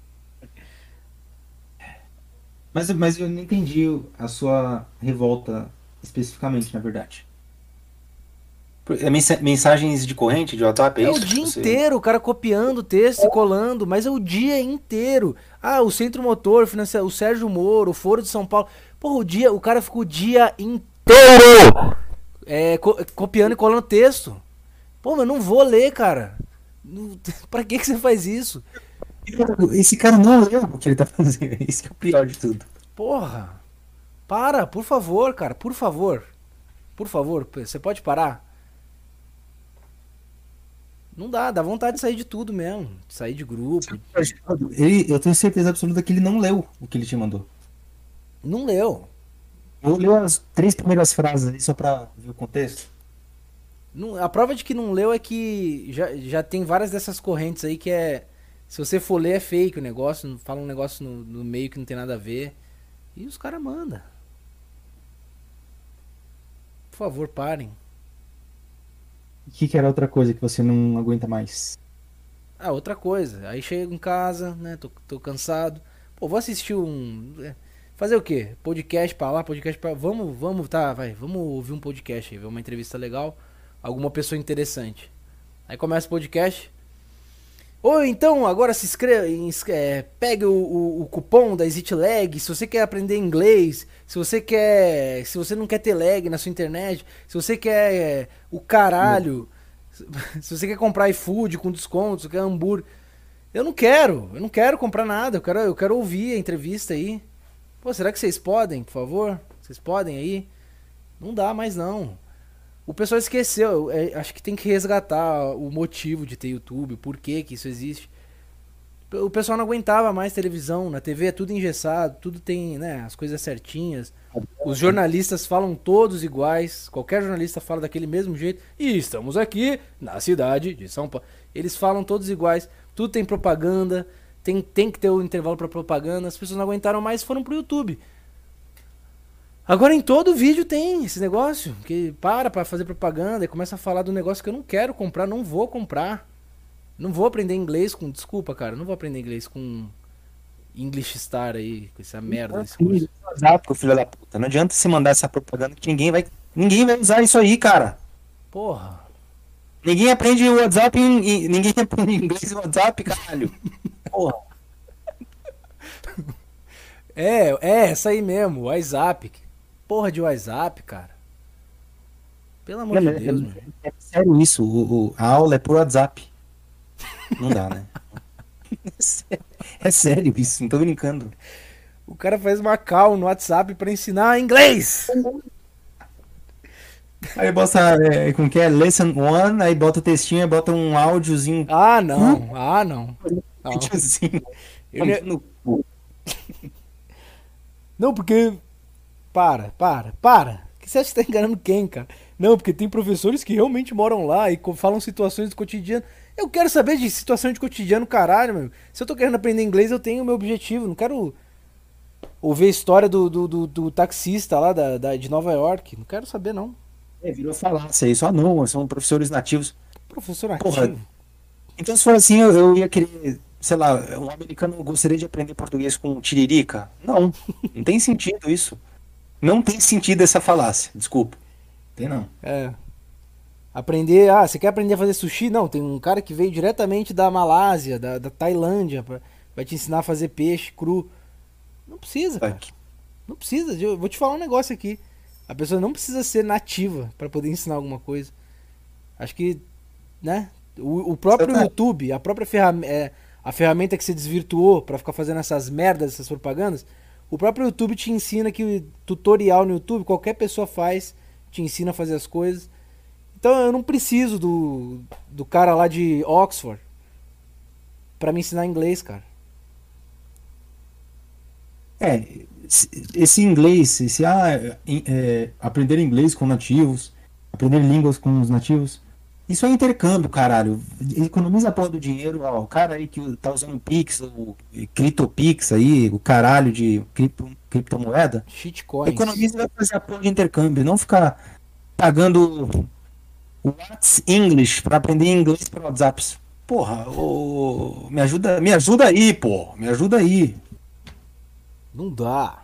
Mas eu não entendi a sua revolta especificamente, na verdade. É mensagens de corrente de WhatsApp, é
É o
isso que
dia
você.
inteiro o cara copiando o texto e colando, mas é o dia inteiro. Ah, o Centro Motor, o Sérgio Moro, o Foro de São Paulo. Porra, o cara fica o dia inteiro copiando e colando texto. Pô, mas eu não vou ler, cara. Pra que você faz isso?
Esse cara não leu o que ele tá fazendo. Isso que é o pior de tudo.
Porra. Para, por favor, cara, por favor. Por favor, você pode parar? Não dá vontade de sair de tudo mesmo. De sair de grupo.
Eu tenho certeza absoluta que ele não leu o que ele te mandou.
Não leu.
Eu leu as 3 primeiras frases ali só pra ver o contexto.
A prova de que não leu é que já tem várias dessas correntes aí que é. Se você for ler é fake o negócio, fala um negócio no meio que não tem nada a ver. E os caras mandam. Por favor, parem.
O que era outra coisa que você não aguenta mais?
Ah, outra coisa. Aí chego em casa, né? Tô cansado. Pô, vou assistir fazer o quê? Podcast pra lá, podcast pra. Vamos, tá, vai. Vamos ouvir um podcast aí, ver uma entrevista legal. Alguma pessoa interessante. Aí começa o podcast. Ou então, agora se inscreva, pegue o cupom da ExitLag, se você quer aprender inglês, se você não quer ter lag na sua internet, se você quer o caralho, se você quer comprar iFood com desconto, se você quer hambúrguer. Eu não quero comprar nada, eu quero ouvir a entrevista aí. Pô, será que vocês podem, por favor? Vocês podem aí? Não dá mais não. O pessoal esqueceu, acho que tem que resgatar o motivo de ter YouTube, por que isso existe. O pessoal não aguentava mais televisão, na TV é tudo engessado, tudo tem, né, as coisas certinhas. Os jornalistas falam todos iguais, qualquer jornalista fala daquele mesmo jeito. E estamos aqui na cidade de São Paulo. Eles falam todos iguais, tudo tem propaganda, tem que ter o intervalo para propaganda. As pessoas não aguentaram mais e foram pro YouTube. Agora em todo vídeo tem esse negócio, que para fazer propaganda e começa a falar do negócio que eu não quero comprar, não vou comprar. Não vou aprender inglês com, desculpa, cara, não vou aprender inglês com English Star aí, com essa merda desse curso.
Exato, filho da puta. Não adianta você mandar essa propaganda que ninguém vai usar isso aí, cara.
Porra.
Ninguém aprende o WhatsApp ninguém aprende inglês no WhatsApp, caralho. Porra.
É essa aí mesmo, WhatsApp. Porra de WhatsApp, cara. Pelo amor de Deus, meu.
É sério isso, a aula é por WhatsApp. Não dá, né? É sério isso, não tô brincando.
O cara faz uma call no WhatsApp pra ensinar inglês.
Aí bota, como que é? Lesson 1, aí bota o textinho, aí bota um áudiozinho.
Ah, não. Ah, não. Não.
Áudiozinho.
Eu não, porque... Para. Que você acha que tá enganando quem, cara? Não, porque tem professores que realmente moram lá e falam situações do cotidiano. Eu quero saber de situação de cotidiano, caralho, meu. Se eu tô querendo aprender inglês, eu tenho o meu objetivo. Não quero ouvir a história do taxista lá de Nova York. Não quero saber, não.
Virou falácia isso. Ah, não, são professores nativos.
Professor
Porra,
nativo.
então se for assim, eu ia querer, sei lá, um americano gostaria de aprender português com tiririca? Não, não tem sentido isso. Não tem sentido essa falácia, desculpa. Tem não.
É. Aprender. Ah, você quer aprender a fazer sushi? Não, tem um cara que veio diretamente da Malásia, da Tailândia, vai te ensinar a fazer peixe cru. Não precisa, cara.
Aqui.
Não precisa. Eu vou te falar um negócio aqui. A pessoa não precisa ser nativa pra poder ensinar alguma coisa. Acho que, né? O
Você
próprio
tá-
YouTube, a própria ferramenta, a ferramenta que você desvirtuou pra ficar fazendo essas merdas, essas propagandas, o próprio YouTube te ensina que o tutorial no YouTube, qualquer pessoa faz, te ensina a fazer as coisas. Então eu não preciso do cara lá de Oxford pra me ensinar inglês, cara.
É, esse inglês, aprender inglês com nativos, aprender línguas com os nativos, isso é intercâmbio, caralho. Economiza a porra do dinheiro, ó, o cara aí que tá usando Pix, o CryptoPix aí, o caralho de criptomoeda,
Shitcoins.
economiza e vai fazer a porra de intercâmbio, não ficar pagando o What's English pra aprender inglês para WhatsApp. Porra, me ajuda aí, pô, me ajuda aí.
Não dá.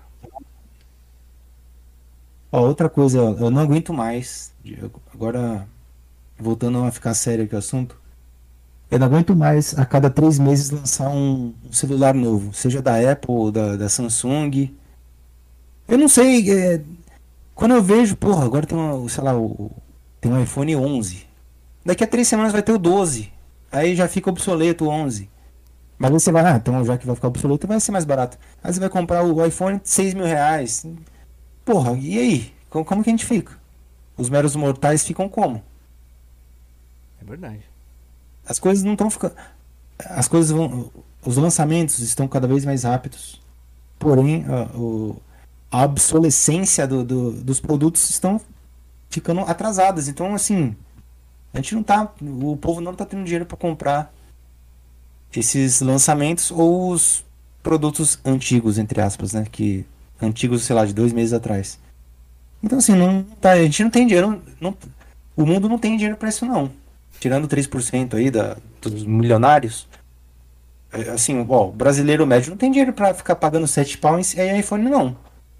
Ó, outra coisa, ó, eu não aguento mais. Agora, voltando a ficar sério aqui o assunto, eu não aguento mais a cada 3 meses lançar um celular novo, seja da Apple ou da Samsung. Eu não sei, quando eu vejo, porra, agora tem sei lá, tem um iPhone 11. Daqui a 3 semanas vai ter o 12. Aí já fica obsoleto o 11. Mas aí você vai, então já que vai ficar obsoleto, vai ser mais barato. Aí você vai comprar o iPhone R$ 6.000. Porra, e aí? Como que a gente fica? Os meros mortais ficam como?
É verdade.
As coisas não estão ficando. As coisas vão. Os lançamentos estão cada vez mais rápidos. Porém, a obsolescência dos produtos estão ficando atrasadas. Então, assim, a gente não tá. O povo não tá tendo dinheiro para comprar esses lançamentos ou os produtos antigos, entre aspas, né? Que antigos, sei lá, de 2 meses atrás. Então, assim, não tá, a gente não tem dinheiro. O mundo não tem dinheiro para isso, não. Tirando 3% aí dos milionários. Assim, ó, o brasileiro médio não tem dinheiro para ficar pagando 7 pau em iPhone, não.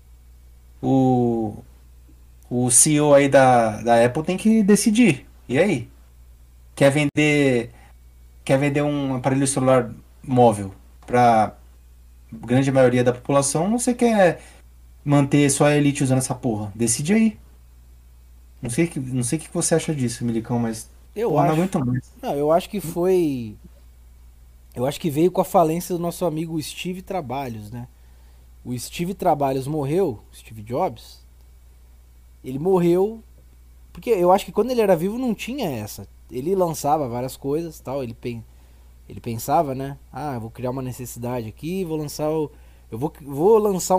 O, o CEO aí da Apple tem que decidir. E aí? Quer vender, quer vender um aparelho celular móvel para grande maioria da população ou você quer manter só a elite usando essa porra? Decide aí. Não sei o que você acha disso, Milicão, mas
Eu
porra, não
acho.
aguento mais.
Não, eu acho que foi. Eu acho que veio com a falência do nosso amigo Steve Trabalhos, né? O Steve Trabalhos morreu, Steve Jobs. Ele morreu porque eu acho que quando ele era vivo não tinha essa. Ele lançava várias coisas, tal. Ele pensava, né? Ah, eu vou criar uma necessidade aqui, vou lançar vou lançar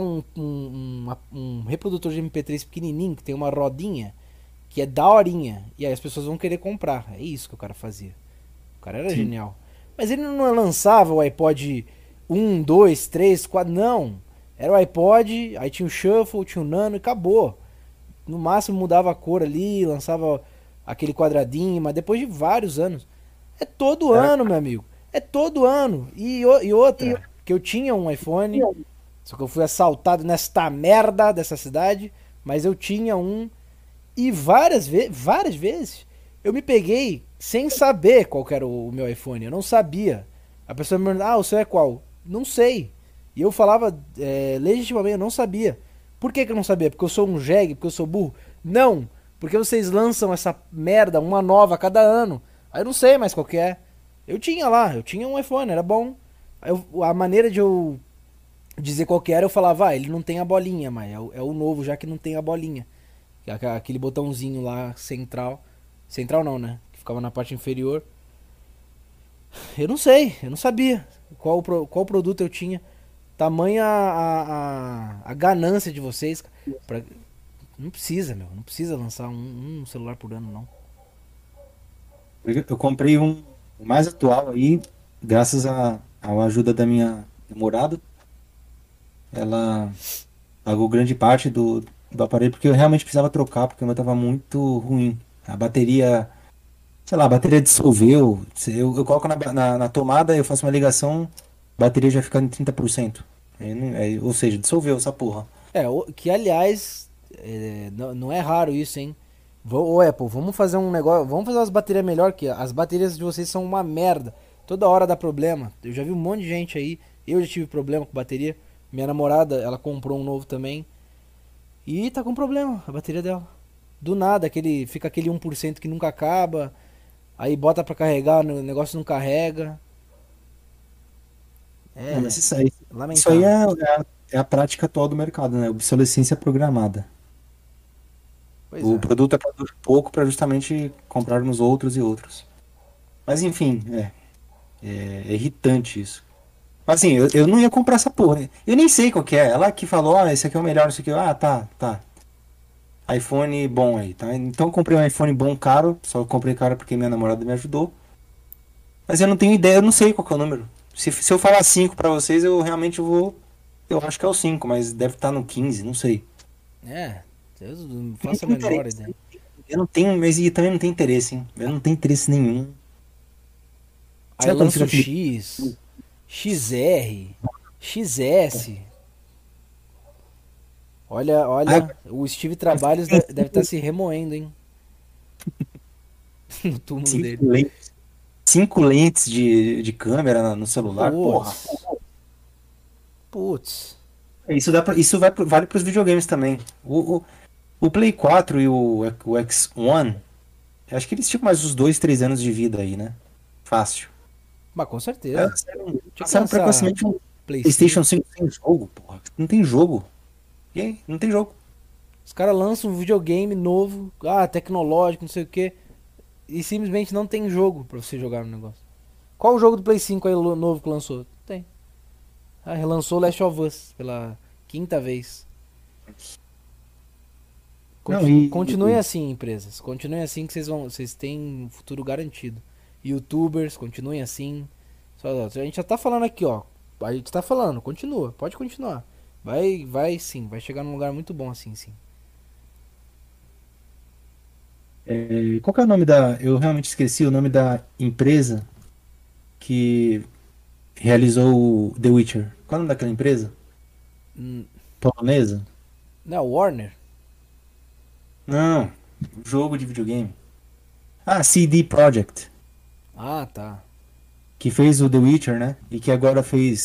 um reprodutor de MP3 pequenininho que tem uma rodinha que é daorinha. E aí as pessoas vão querer comprar. É isso que o cara fazia. O cara era
Sim.
genial. Mas ele não lançava o iPod 1, 2, 3, 4. Não. Era o iPod, aí tinha o Shuffle, tinha o Nano e acabou. No máximo mudava a cor ali, lançava aquele quadradinho, mas depois de vários anos. É todo
Era-
ano, meu amigo. É todo ano. E outra, que eu tinha um iPhone, só que eu fui assaltado nesta merda dessa cidade, mas eu tinha um e várias vezes eu me peguei sem saber qual que era o meu iPhone. Eu não sabia. A pessoa me perguntou, o seu é qual? Não sei. E eu falava legitimamente, eu não sabia. Por que eu não sabia? Porque eu sou um jegue, porque eu sou burro? Não. Porque vocês lançam essa merda, uma nova a cada ano. Aí eu não sei mais qual que é. Eu tinha um iPhone, era bom. A maneira de eu dizer qual que era, eu falava, ele não tem a bolinha, mas é o novo já que não tem a bolinha. Aquele botãozinho lá central. Central não, né? Que ficava na parte inferior. Eu não sei, eu não sabia qual produto eu tinha. Tamanha a ganância de vocês. Pra, Não precisa, meu. Não precisa lançar um celular por ano, não.
Eu comprei um o mais atual aí, graças à ajuda da minha namorada. Ela pagou grande parte do aparelho, porque eu realmente precisava trocar, porque o meu tava muito ruim. A bateria, sei lá, a bateria dissolveu. Eu coloco na tomada, eu faço uma ligação, a bateria já fica em 30%. Ou seja, dissolveu essa porra.
Que aliás, não é raro isso, hein? Ô Apple, vamos fazer um negócio. Vamos fazer umas baterias melhor que as baterias de vocês são uma merda. Toda hora dá problema. Eu já vi um monte de gente aí. Eu já tive problema com bateria. Minha namorada, ela comprou um novo também. E tá com problema a bateria dela. Do nada, fica aquele 1% que nunca acaba. Aí bota pra carregar, o negócio não carrega.
Não, mas
É,
isso aí
lamentável.
é a prática atual do mercado, né? Obsolescência programada.
Pois
O
é.
produto é para durar pouco para justamente comprarmos outros e outros. Mas enfim, é irritante isso. Mas assim, eu não ia comprar essa porra. Eu nem sei qual que é. Ela que falou, esse aqui é o melhor, esse aqui. Ah, tá, tá. iPhone bom aí, tá? Então eu comprei um iPhone bom caro. Só comprei caro porque minha namorada me ajudou. Mas eu não tenho ideia, eu não sei qual que é o número. Se eu falar 5 pra vocês, eu realmente vou. Eu acho que é o 5, mas deve estar no 15, não sei.
É, eu não
Eu não
faço a
tenho
menor
interesse.
ideia.
Eu não tenho, mas e também não tenho interesse, hein? Eu não tenho interesse nenhum.
Aí
Sabe quando
lança
fica
o
aquele.
X, XR, XS. Olha,
Ah,
olha, o Steve Trabalhos deve estar se remoendo, hein? No túmulo
cinco
dele.
lentes, cinco lentes de câmera no celular, porra.
Putz, putz.
Isso vale para os videogames também. O Play 4 e o X1, eu acho que eles tinham mais uns 2, 3 anos de vida aí, né? Fácil.
Mas com
Aí
certeza. Tinha que
lançaram
lançar
precocemente um
Play
PlayStation
5.
5 sem jogo, porra. Não tem jogo. E aí? Não tem jogo.
Os caras lançam um videogame novo, tecnológico, não sei o que, e simplesmente não tem jogo pra você jogar no negócio. Qual o jogo do Play 5 aí novo que lançou? Tem. Ah, relançou Last of Us pela quinta vez.
Não,
Continuem assim, empresas. Continuem assim que vocês têm um futuro garantido. YouTubers, continuem assim. A gente já tá falando aqui, ó. A gente tá falando, continua, pode continuar. Vai sim, vai chegar num lugar muito bom assim, sim.
qual que é o nome da. Eu realmente esqueci o nome da empresa que realizou o The Witcher. Qual é o nome daquela empresa?
Hum,
Polonesa?
Não, Warner?
Não, jogo de videogame. Ah, CD Projekt,
Ah, tá.
que fez o The Witcher, né? E que agora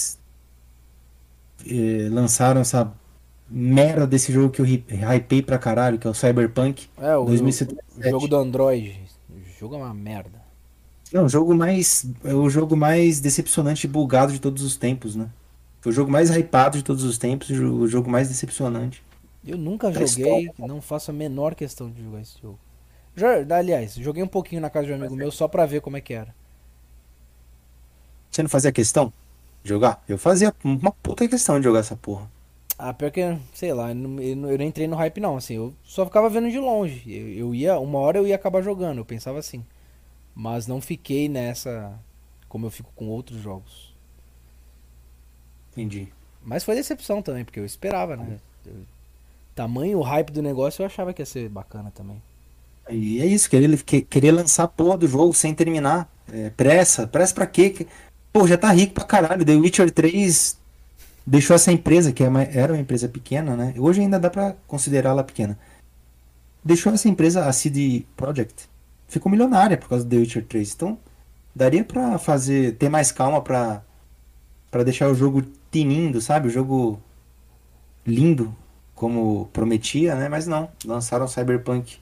lançaram essa merda desse jogo que eu hypei pra caralho, que é o Cyberpunk
O jogo
2077.
do Android. O jogo é uma merda.
Não, é o jogo mais decepcionante e bugado de todos os tempos, né? Foi o jogo mais hypado de todos os tempos e o jogo mais decepcionante
Eu nunca
da história.
joguei, não faço a menor questão de jogar esse jogo. Aliás, joguei um pouquinho na casa de um amigo meu só pra ver como é que era.
Você não fazia questão de jogar? Eu fazia uma puta questão de jogar essa porra.
Ah, pior que, sei lá, eu não entrei no hype não, assim, eu só ficava vendo de longe. Uma hora eu ia acabar jogando, eu pensava assim. Mas não fiquei nessa como eu fico com outros jogos.
Entendi.
Mas foi decepção também, porque eu esperava, né? Tamanho, o hype do negócio eu achava que ia ser bacana também.
E é isso, querer lançar a porra do jogo sem terminar. Pressa. Pressa pra quê? Pô, já tá rico pra caralho. The Witcher 3 deixou essa empresa, que era uma empresa pequena, né? Hoje ainda dá pra considerá-la pequena. Deixou essa empresa, a CD Projekt, ficou milionária por causa do The Witcher 3. Então, daria pra ter mais calma pra deixar o jogo tinindo, sabe? O jogo lindo, como prometia, né? Mas não, lançaram o Cyberpunk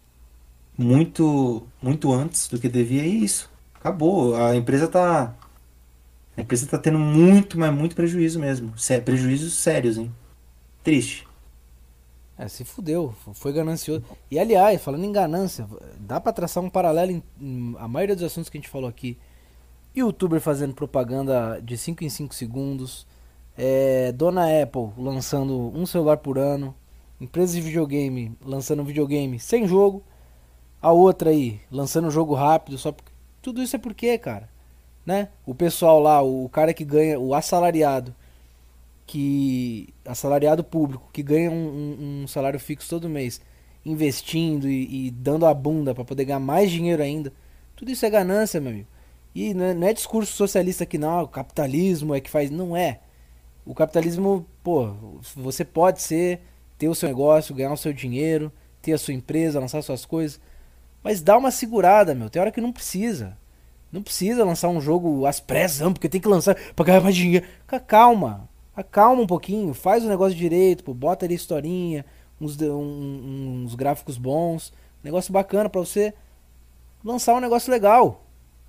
muito muito antes do que devia e é isso. Acabou. A empresa tá tendo muito, mas muito prejuízo mesmo. Prejuízos sérios, hein? Triste.
É, se fudeu, foi ganancioso. E aliás, falando em ganância, dá pra traçar um paralelo em a maioria dos assuntos que a gente falou aqui. YouTuber fazendo propaganda de 5 em 5 segundos. Dona Apple lançando um celular por ano. Empresas de videogame lançando videogame sem jogo, a outra aí lançando jogo rápido, só porque... Tudo isso é porque, cara, né? O pessoal lá, o cara que ganha, o assalariado, que assalariado público, que ganha um salário fixo todo mês, investindo e dando a bunda pra poder ganhar mais dinheiro ainda, tudo isso é ganância, meu amigo. E não é discurso socialista que não, o capitalismo é que faz, não é. O capitalismo, pô, você pode ter o seu negócio, ganhar o seu dinheiro, ter a sua empresa, lançar suas coisas, mas dá uma segurada, meu. Tem hora que não precisa. Não precisa lançar um jogo às pressas, não, porque tem que lançar pra ganhar mais dinheiro. Calma. Acalma um pouquinho, faz o negócio direito, pô, bota ali historinha, uns gráficos bons, negócio bacana pra você lançar um negócio legal.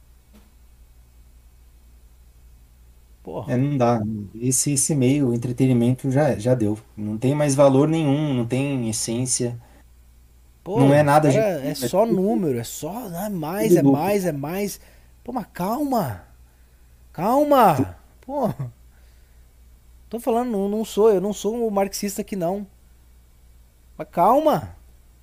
Porra.
Não dá. Esse meio, entretenimento, já deu. Não tem mais valor nenhum, não tem essência. Não
Pô,
é
os
nada
caras é
genuíno, é
só
tudo,
número, é só mais,
tudo
é
lucro.
mais, é mais. Pô, mas calma. Calma. Pô, tô falando, eu não sou um marxista aqui não. Mas calma.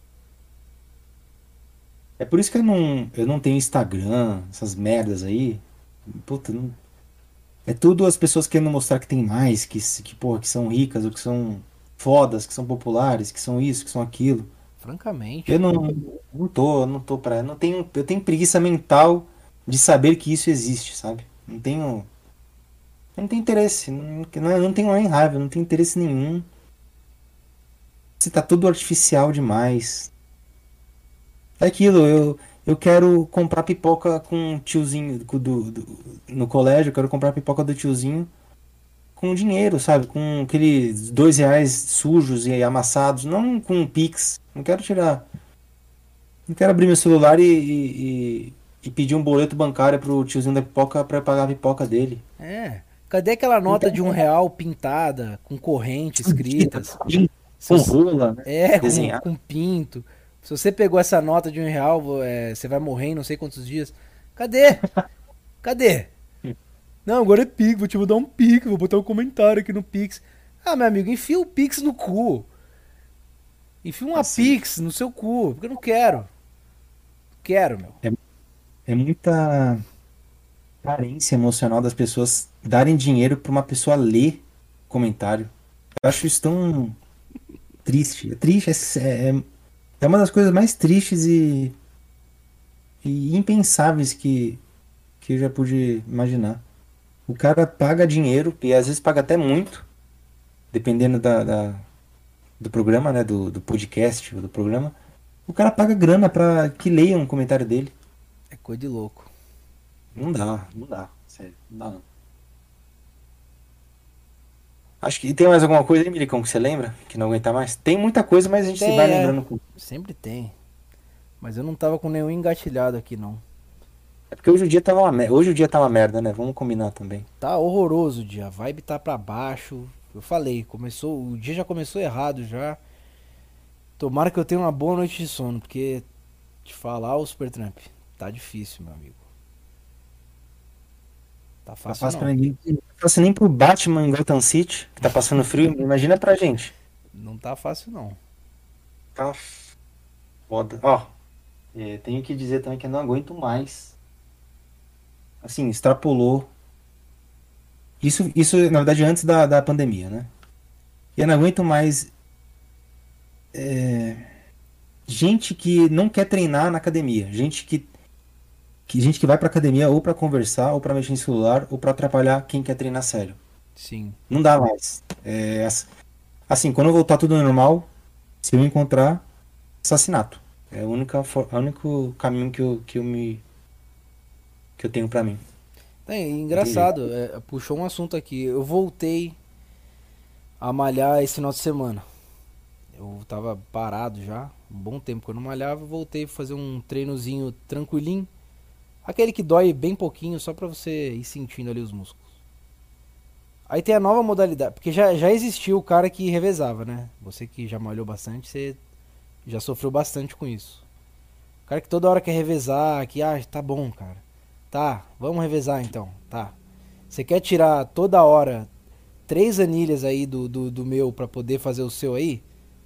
É por isso que eu não tenho Instagram, essas merdas aí. Puta, é tudo as pessoas querendo mostrar que tem mais, porra, que são ricas, ou que são fodas, que são populares, que são isso, que são aquilo. Eu
Francamente.
não tô pra. Eu tenho preguiça mental de saber que isso existe, sabe? Eu não tenho interesse, não tenho nem raiva, não tenho interesse nenhum. Se tá tudo artificial demais. É aquilo, eu quero comprar pipoca com o tiozinho no colégio, eu quero comprar pipoca do tiozinho com dinheiro, sabe? Com aqueles R$ 2 sujos e amassados, não com Pix. Não quero tirar. Não quero abrir meu celular e pedir um boleto bancário pro tiozinho da pipoca pra eu pagar a pipoca dele.
É. Cadê aquela
Não
nota
quero
de R$ 1 pintada, com corrente escritas? Se
com
você-
rola, né? Desenhar.
com pinto. Se você pegou essa nota de R$ 1, você vai morrer em não sei quantos dias. Cadê? Cadê? Não, agora é Pix, vou te mandar um Pix, vou botar um comentário aqui no Pix. Ah, meu amigo, enfia o Pix no cu. Enfia uma
Assim,
Pix no seu cu, porque eu não quero. Quero, meu.
é, é muita carência emocional das pessoas darem dinheiro pra uma pessoa ler comentário. Eu acho isso tão triste. É triste, é uma das coisas mais tristes e impensáveis que eu já pude imaginar. O cara paga dinheiro, e às vezes paga até muito, dependendo do programa, né? Do podcast, do programa. O cara paga grana pra que leiam um comentário dele.
É coisa de louco.
Não dá, não dá. Sério, não dá não. Acho que. E tem mais alguma coisa aí, Milicão, que você lembra? Que não aguenta mais? Tem muita coisa, mas a gente se vai
Tem, é.
lembrando.
Sempre tem. Mas eu não tava com nenhum engatilhado aqui, não.
É porque hoje o dia tá uma merda, né? Vamos combinar também.
Tá horroroso o dia. A vibe tá pra baixo. Eu falei, o dia já começou errado já. Tomara que eu tenha uma boa noite de sono, porque te falar, o Supertramp, tá difícil, meu amigo. Tá
Tá
fácil
fácil
não.
pra ninguém. Não tá fácil nem pro Batman em Gotham City, que tá passando frio. Imagina pra gente.
Não tá fácil não.
Tá foda. Ó, tenho que dizer também que eu não aguento mais. Assim, extrapolou. Isso, na verdade, antes da pandemia, né? E eu não aguento mais gente que não quer treinar na academia. Gente que vai pra academia ou pra conversar, ou pra mexer em celular, ou pra atrapalhar quem quer treinar sério.
Sim.
Não dá mais. Assim, quando voltar tudo normal, se eu encontrar assassinato. É o único caminho que eu tenho pra mim.
É
Não tem jeito.
engraçado, puxou um assunto aqui. Eu voltei a malhar esse final de semana. Eu tava parado já, um bom tempo que eu não malhava, voltei a fazer um treinozinho tranquilinho. Aquele que dói bem pouquinho, só pra você ir sentindo ali os músculos. Aí tem a nova modalidade, porque já existiu o cara que revezava, né? Você que já malhou bastante, você já sofreu bastante com isso. O cara que toda hora quer revezar, que, tá bom, cara. Tá, vamos revezar então, tá. Você quer tirar toda hora 3 anilhas aí do meu pra poder fazer o seu aí?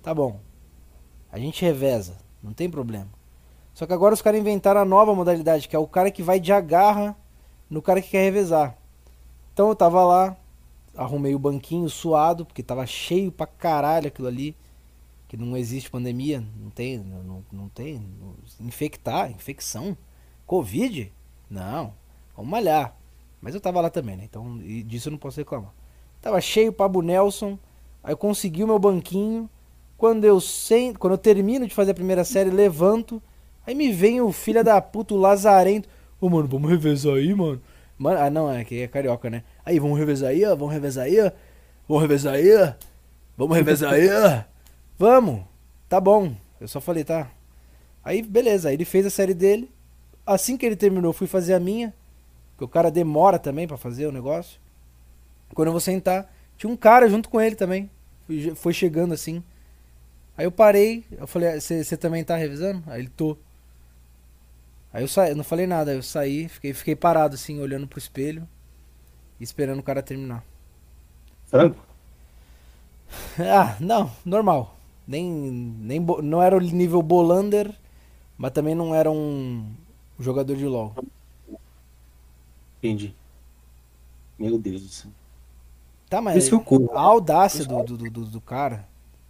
Tá bom. A gente reveza, não tem problema. Só que agora os caras inventaram a nova modalidade, que é o cara que vai de agarra no cara que quer revezar. Então eu tava lá, arrumei o banquinho suado, porque tava cheio pra caralho aquilo ali. Que não existe pandemia, não tem. Infecção? Covid? Não, vamos malhar. Mas eu tava lá também, né? Então disso eu não posso reclamar. Tava cheio Pabo Nelson, aí eu consegui o meu banquinho. Quando eu termino de fazer a primeira série, levanto. Aí me vem o filho da puta, o lazarento. Ô, mano, vamos revezar aí, mano. Ah, não, é que é carioca, né? Aí, vamos revezar aí, ó. Vamos revezar aí, ó. Vamos revezar aí, ó. Vamos revezar aí, ó. Vamos. Tá bom. Eu só falei, tá. Aí, beleza. Aí ele fez a série dele. Assim que ele terminou, eu fui fazer a minha. Porque o cara demora também pra fazer o negócio. Quando eu vou sentar, tinha um cara junto com ele também. Foi chegando assim. Aí eu parei, eu falei, você também tá revisando? Aí ele, tô. Aí eu saí, eu não falei nada, aí eu saí, fiquei parado assim, olhando pro espelho, esperando o cara terminar.
Frango?
Ah, não, normal. Não era o nível Bolander, mas também não era um jogador de LoL.
Entendi. Meu Deus do céu.
Tá,
Por isso
mas
que eu corro,
a
né?
audácia do cara.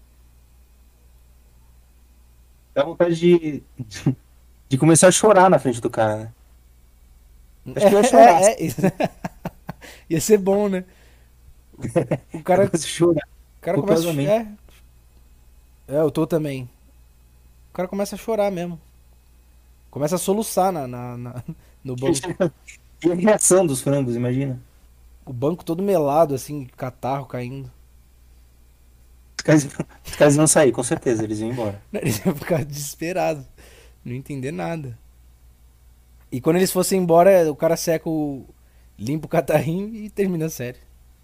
Dá vontade de começar a chorar na frente do cara, né? Acho que eu ia chorar.
É, ia ser bom, né? O
Eu
cara,
gosto de chorar,
o cara começa.
copiosamente.
Eu tô também. O cara começa a chorar mesmo. Começa a soluçar no banco.
E a reação dos frangos, imagina.
O banco todo melado, assim, catarro caindo.
Os caras iam sair, com certeza, eles iam embora.
Eles iam ficar desesperados. Não entender nada. E quando eles fossem embora, o cara seca o. Limpa o catarrinho e termina a série.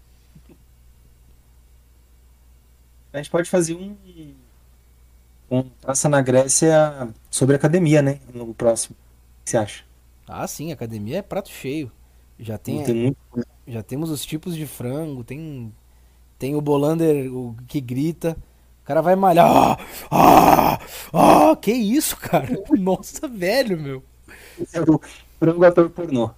A gente pode fazer um Praça na Grécia sobre academia, né? No próximo. O que você acha?
Ah, sim, academia é prato cheio. Já
Tem
tem,
muito.
já temos os tipos de frango, tem o Bolander o que grita. O cara vai malhar. Que isso, cara? Nossa, velho, meu.
É o frango ator pornô.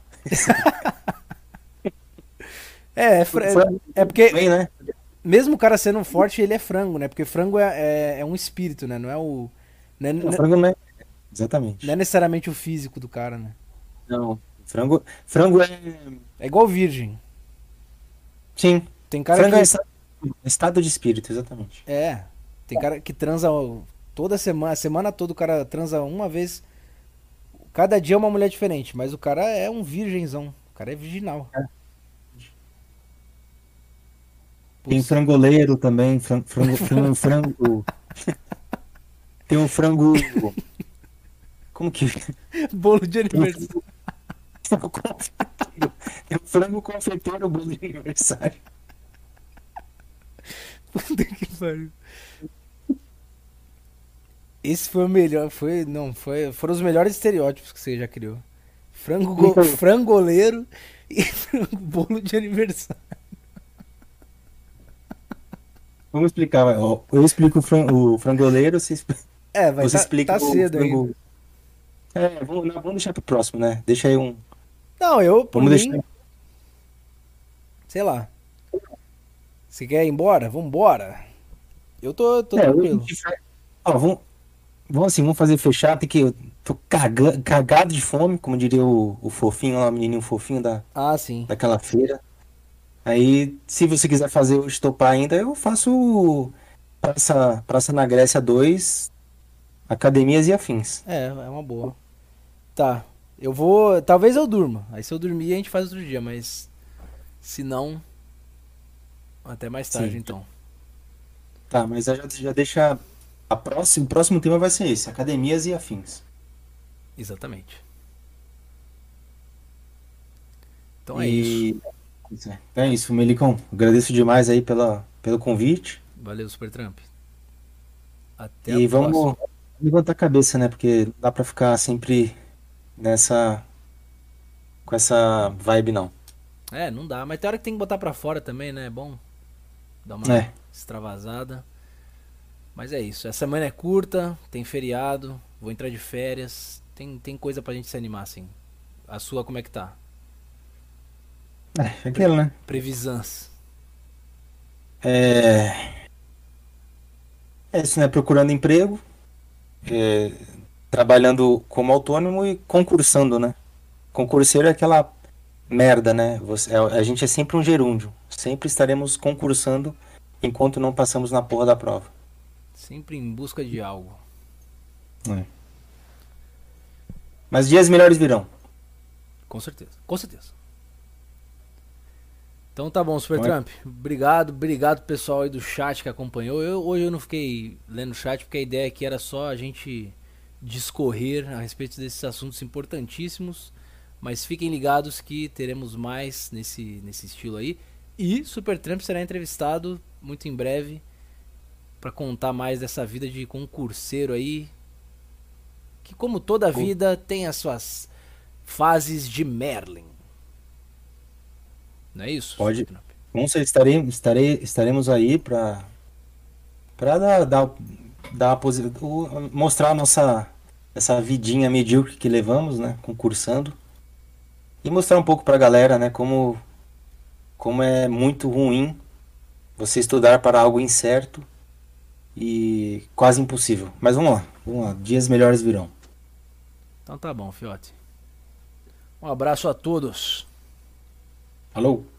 É, é,
Porque
fra-
frango
é porque
também, né?
mesmo o cara sendo forte, ele é frango, né? Porque frango é um espírito, né? Não é o. Não é,
O frango não é. Exatamente.
não é necessariamente o físico do cara, né?
Não. Frango é.
É igual virgem.
Sim.
Tem cara
Frango é
que.
estado de espírito, exatamente.
É. Tem cara que transa toda semana. A semana toda o cara transa uma vez. Cada dia é uma mulher diferente. Mas o cara é um virgenzão. O cara é virginal.
Tem
Putz.
frangoleiro também. Frango. Tem um frango. Como que.
Bolo de
Tem um
aniversário.
frango confeiteiro. Tem um frango confeiteiro bolo de aniversário.
Puta que pariu. Esse foi o melhor. Foi. Não, foi. Foram os melhores estereótipos que você já criou. Frangoleiro e bolo de aniversário.
Vamos explicar. Vai. Ó, eu explico o frangoleiro,
É,
você explica
tá
o
cedo ainda.
frango. É, vamos deixar pro próximo, né? Deixa aí um.
Não, eu, por
Vamos
mim,
deixar.
sei lá. Se quer ir embora? Vambora. Eu tô
É,
tranquilo.
ó, vamos assim, vamos fazer fechar. Tem que. Eu tô cagado de fome, como diria o fofinho lá, o menininho fofinho
Ah, sim.
daquela feira. Aí, se você quiser fazer o estopar ainda, eu faço Praça na Grécia 2 Academias e Afins.
É uma boa. Tá. Eu vou. Talvez eu durma. Aí se eu dormir a gente faz outro dia, mas. Se não. Até mais tarde
Sim.
então.
Tá, mas já deixa. O próximo tema vai ser esse, Academias e Afins.
Exatamente. Então é isso.
E é isso, Melicão. Agradeço demais aí pelo convite.
Valeu, Supertramp. Até a
E
próxima.
vamos levantar a cabeça, né? Porque não dá pra ficar sempre nessa, com essa vibe, não.
É, não dá. Mas tem hora que tem que botar pra fora também, né? É bom dar uma
É,
extravasada. Mas é isso. Essa semana é curta, tem feriado, vou entrar de férias. Tem coisa pra gente se animar, assim. A sua como é que tá?
É aquilo, né?
Previsãs.
É, é isso, né? Procurando emprego, é, trabalhando como autônomo e concursando, né? Concurseiro é aquela merda, né? A gente é sempre um gerúndio. Sempre estaremos concursando enquanto não passamos na porra da prova.
Sempre em busca de algo.
É. Mas dias melhores virão.
Com certeza. Com certeza. Então tá bom, Super
Como é?
Trump. Obrigado pessoal aí do chat que acompanhou. Hoje eu não fiquei lendo o chat porque a ideia aqui era só a gente discorrer a respeito desses assuntos importantíssimos. Mas fiquem ligados que teremos mais nesse estilo aí. E Super Trump será entrevistado muito em breve para contar mais dessa vida de concurseiro aí. Que como toda
Pô,
vida tem as suas fases de Merlin. Não é isso, Super
pode.
Trump?
Não sei, estaremos aí para dar mostrar a nossa essa vidinha medíocre que levamos, né? Concursando. E mostrar um pouco pra galera, né? Como é muito ruim você estudar para algo incerto e quase impossível. Mas vamos lá. Dias melhores virão.
Então tá bom, fiote. Um abraço a todos.
Falou!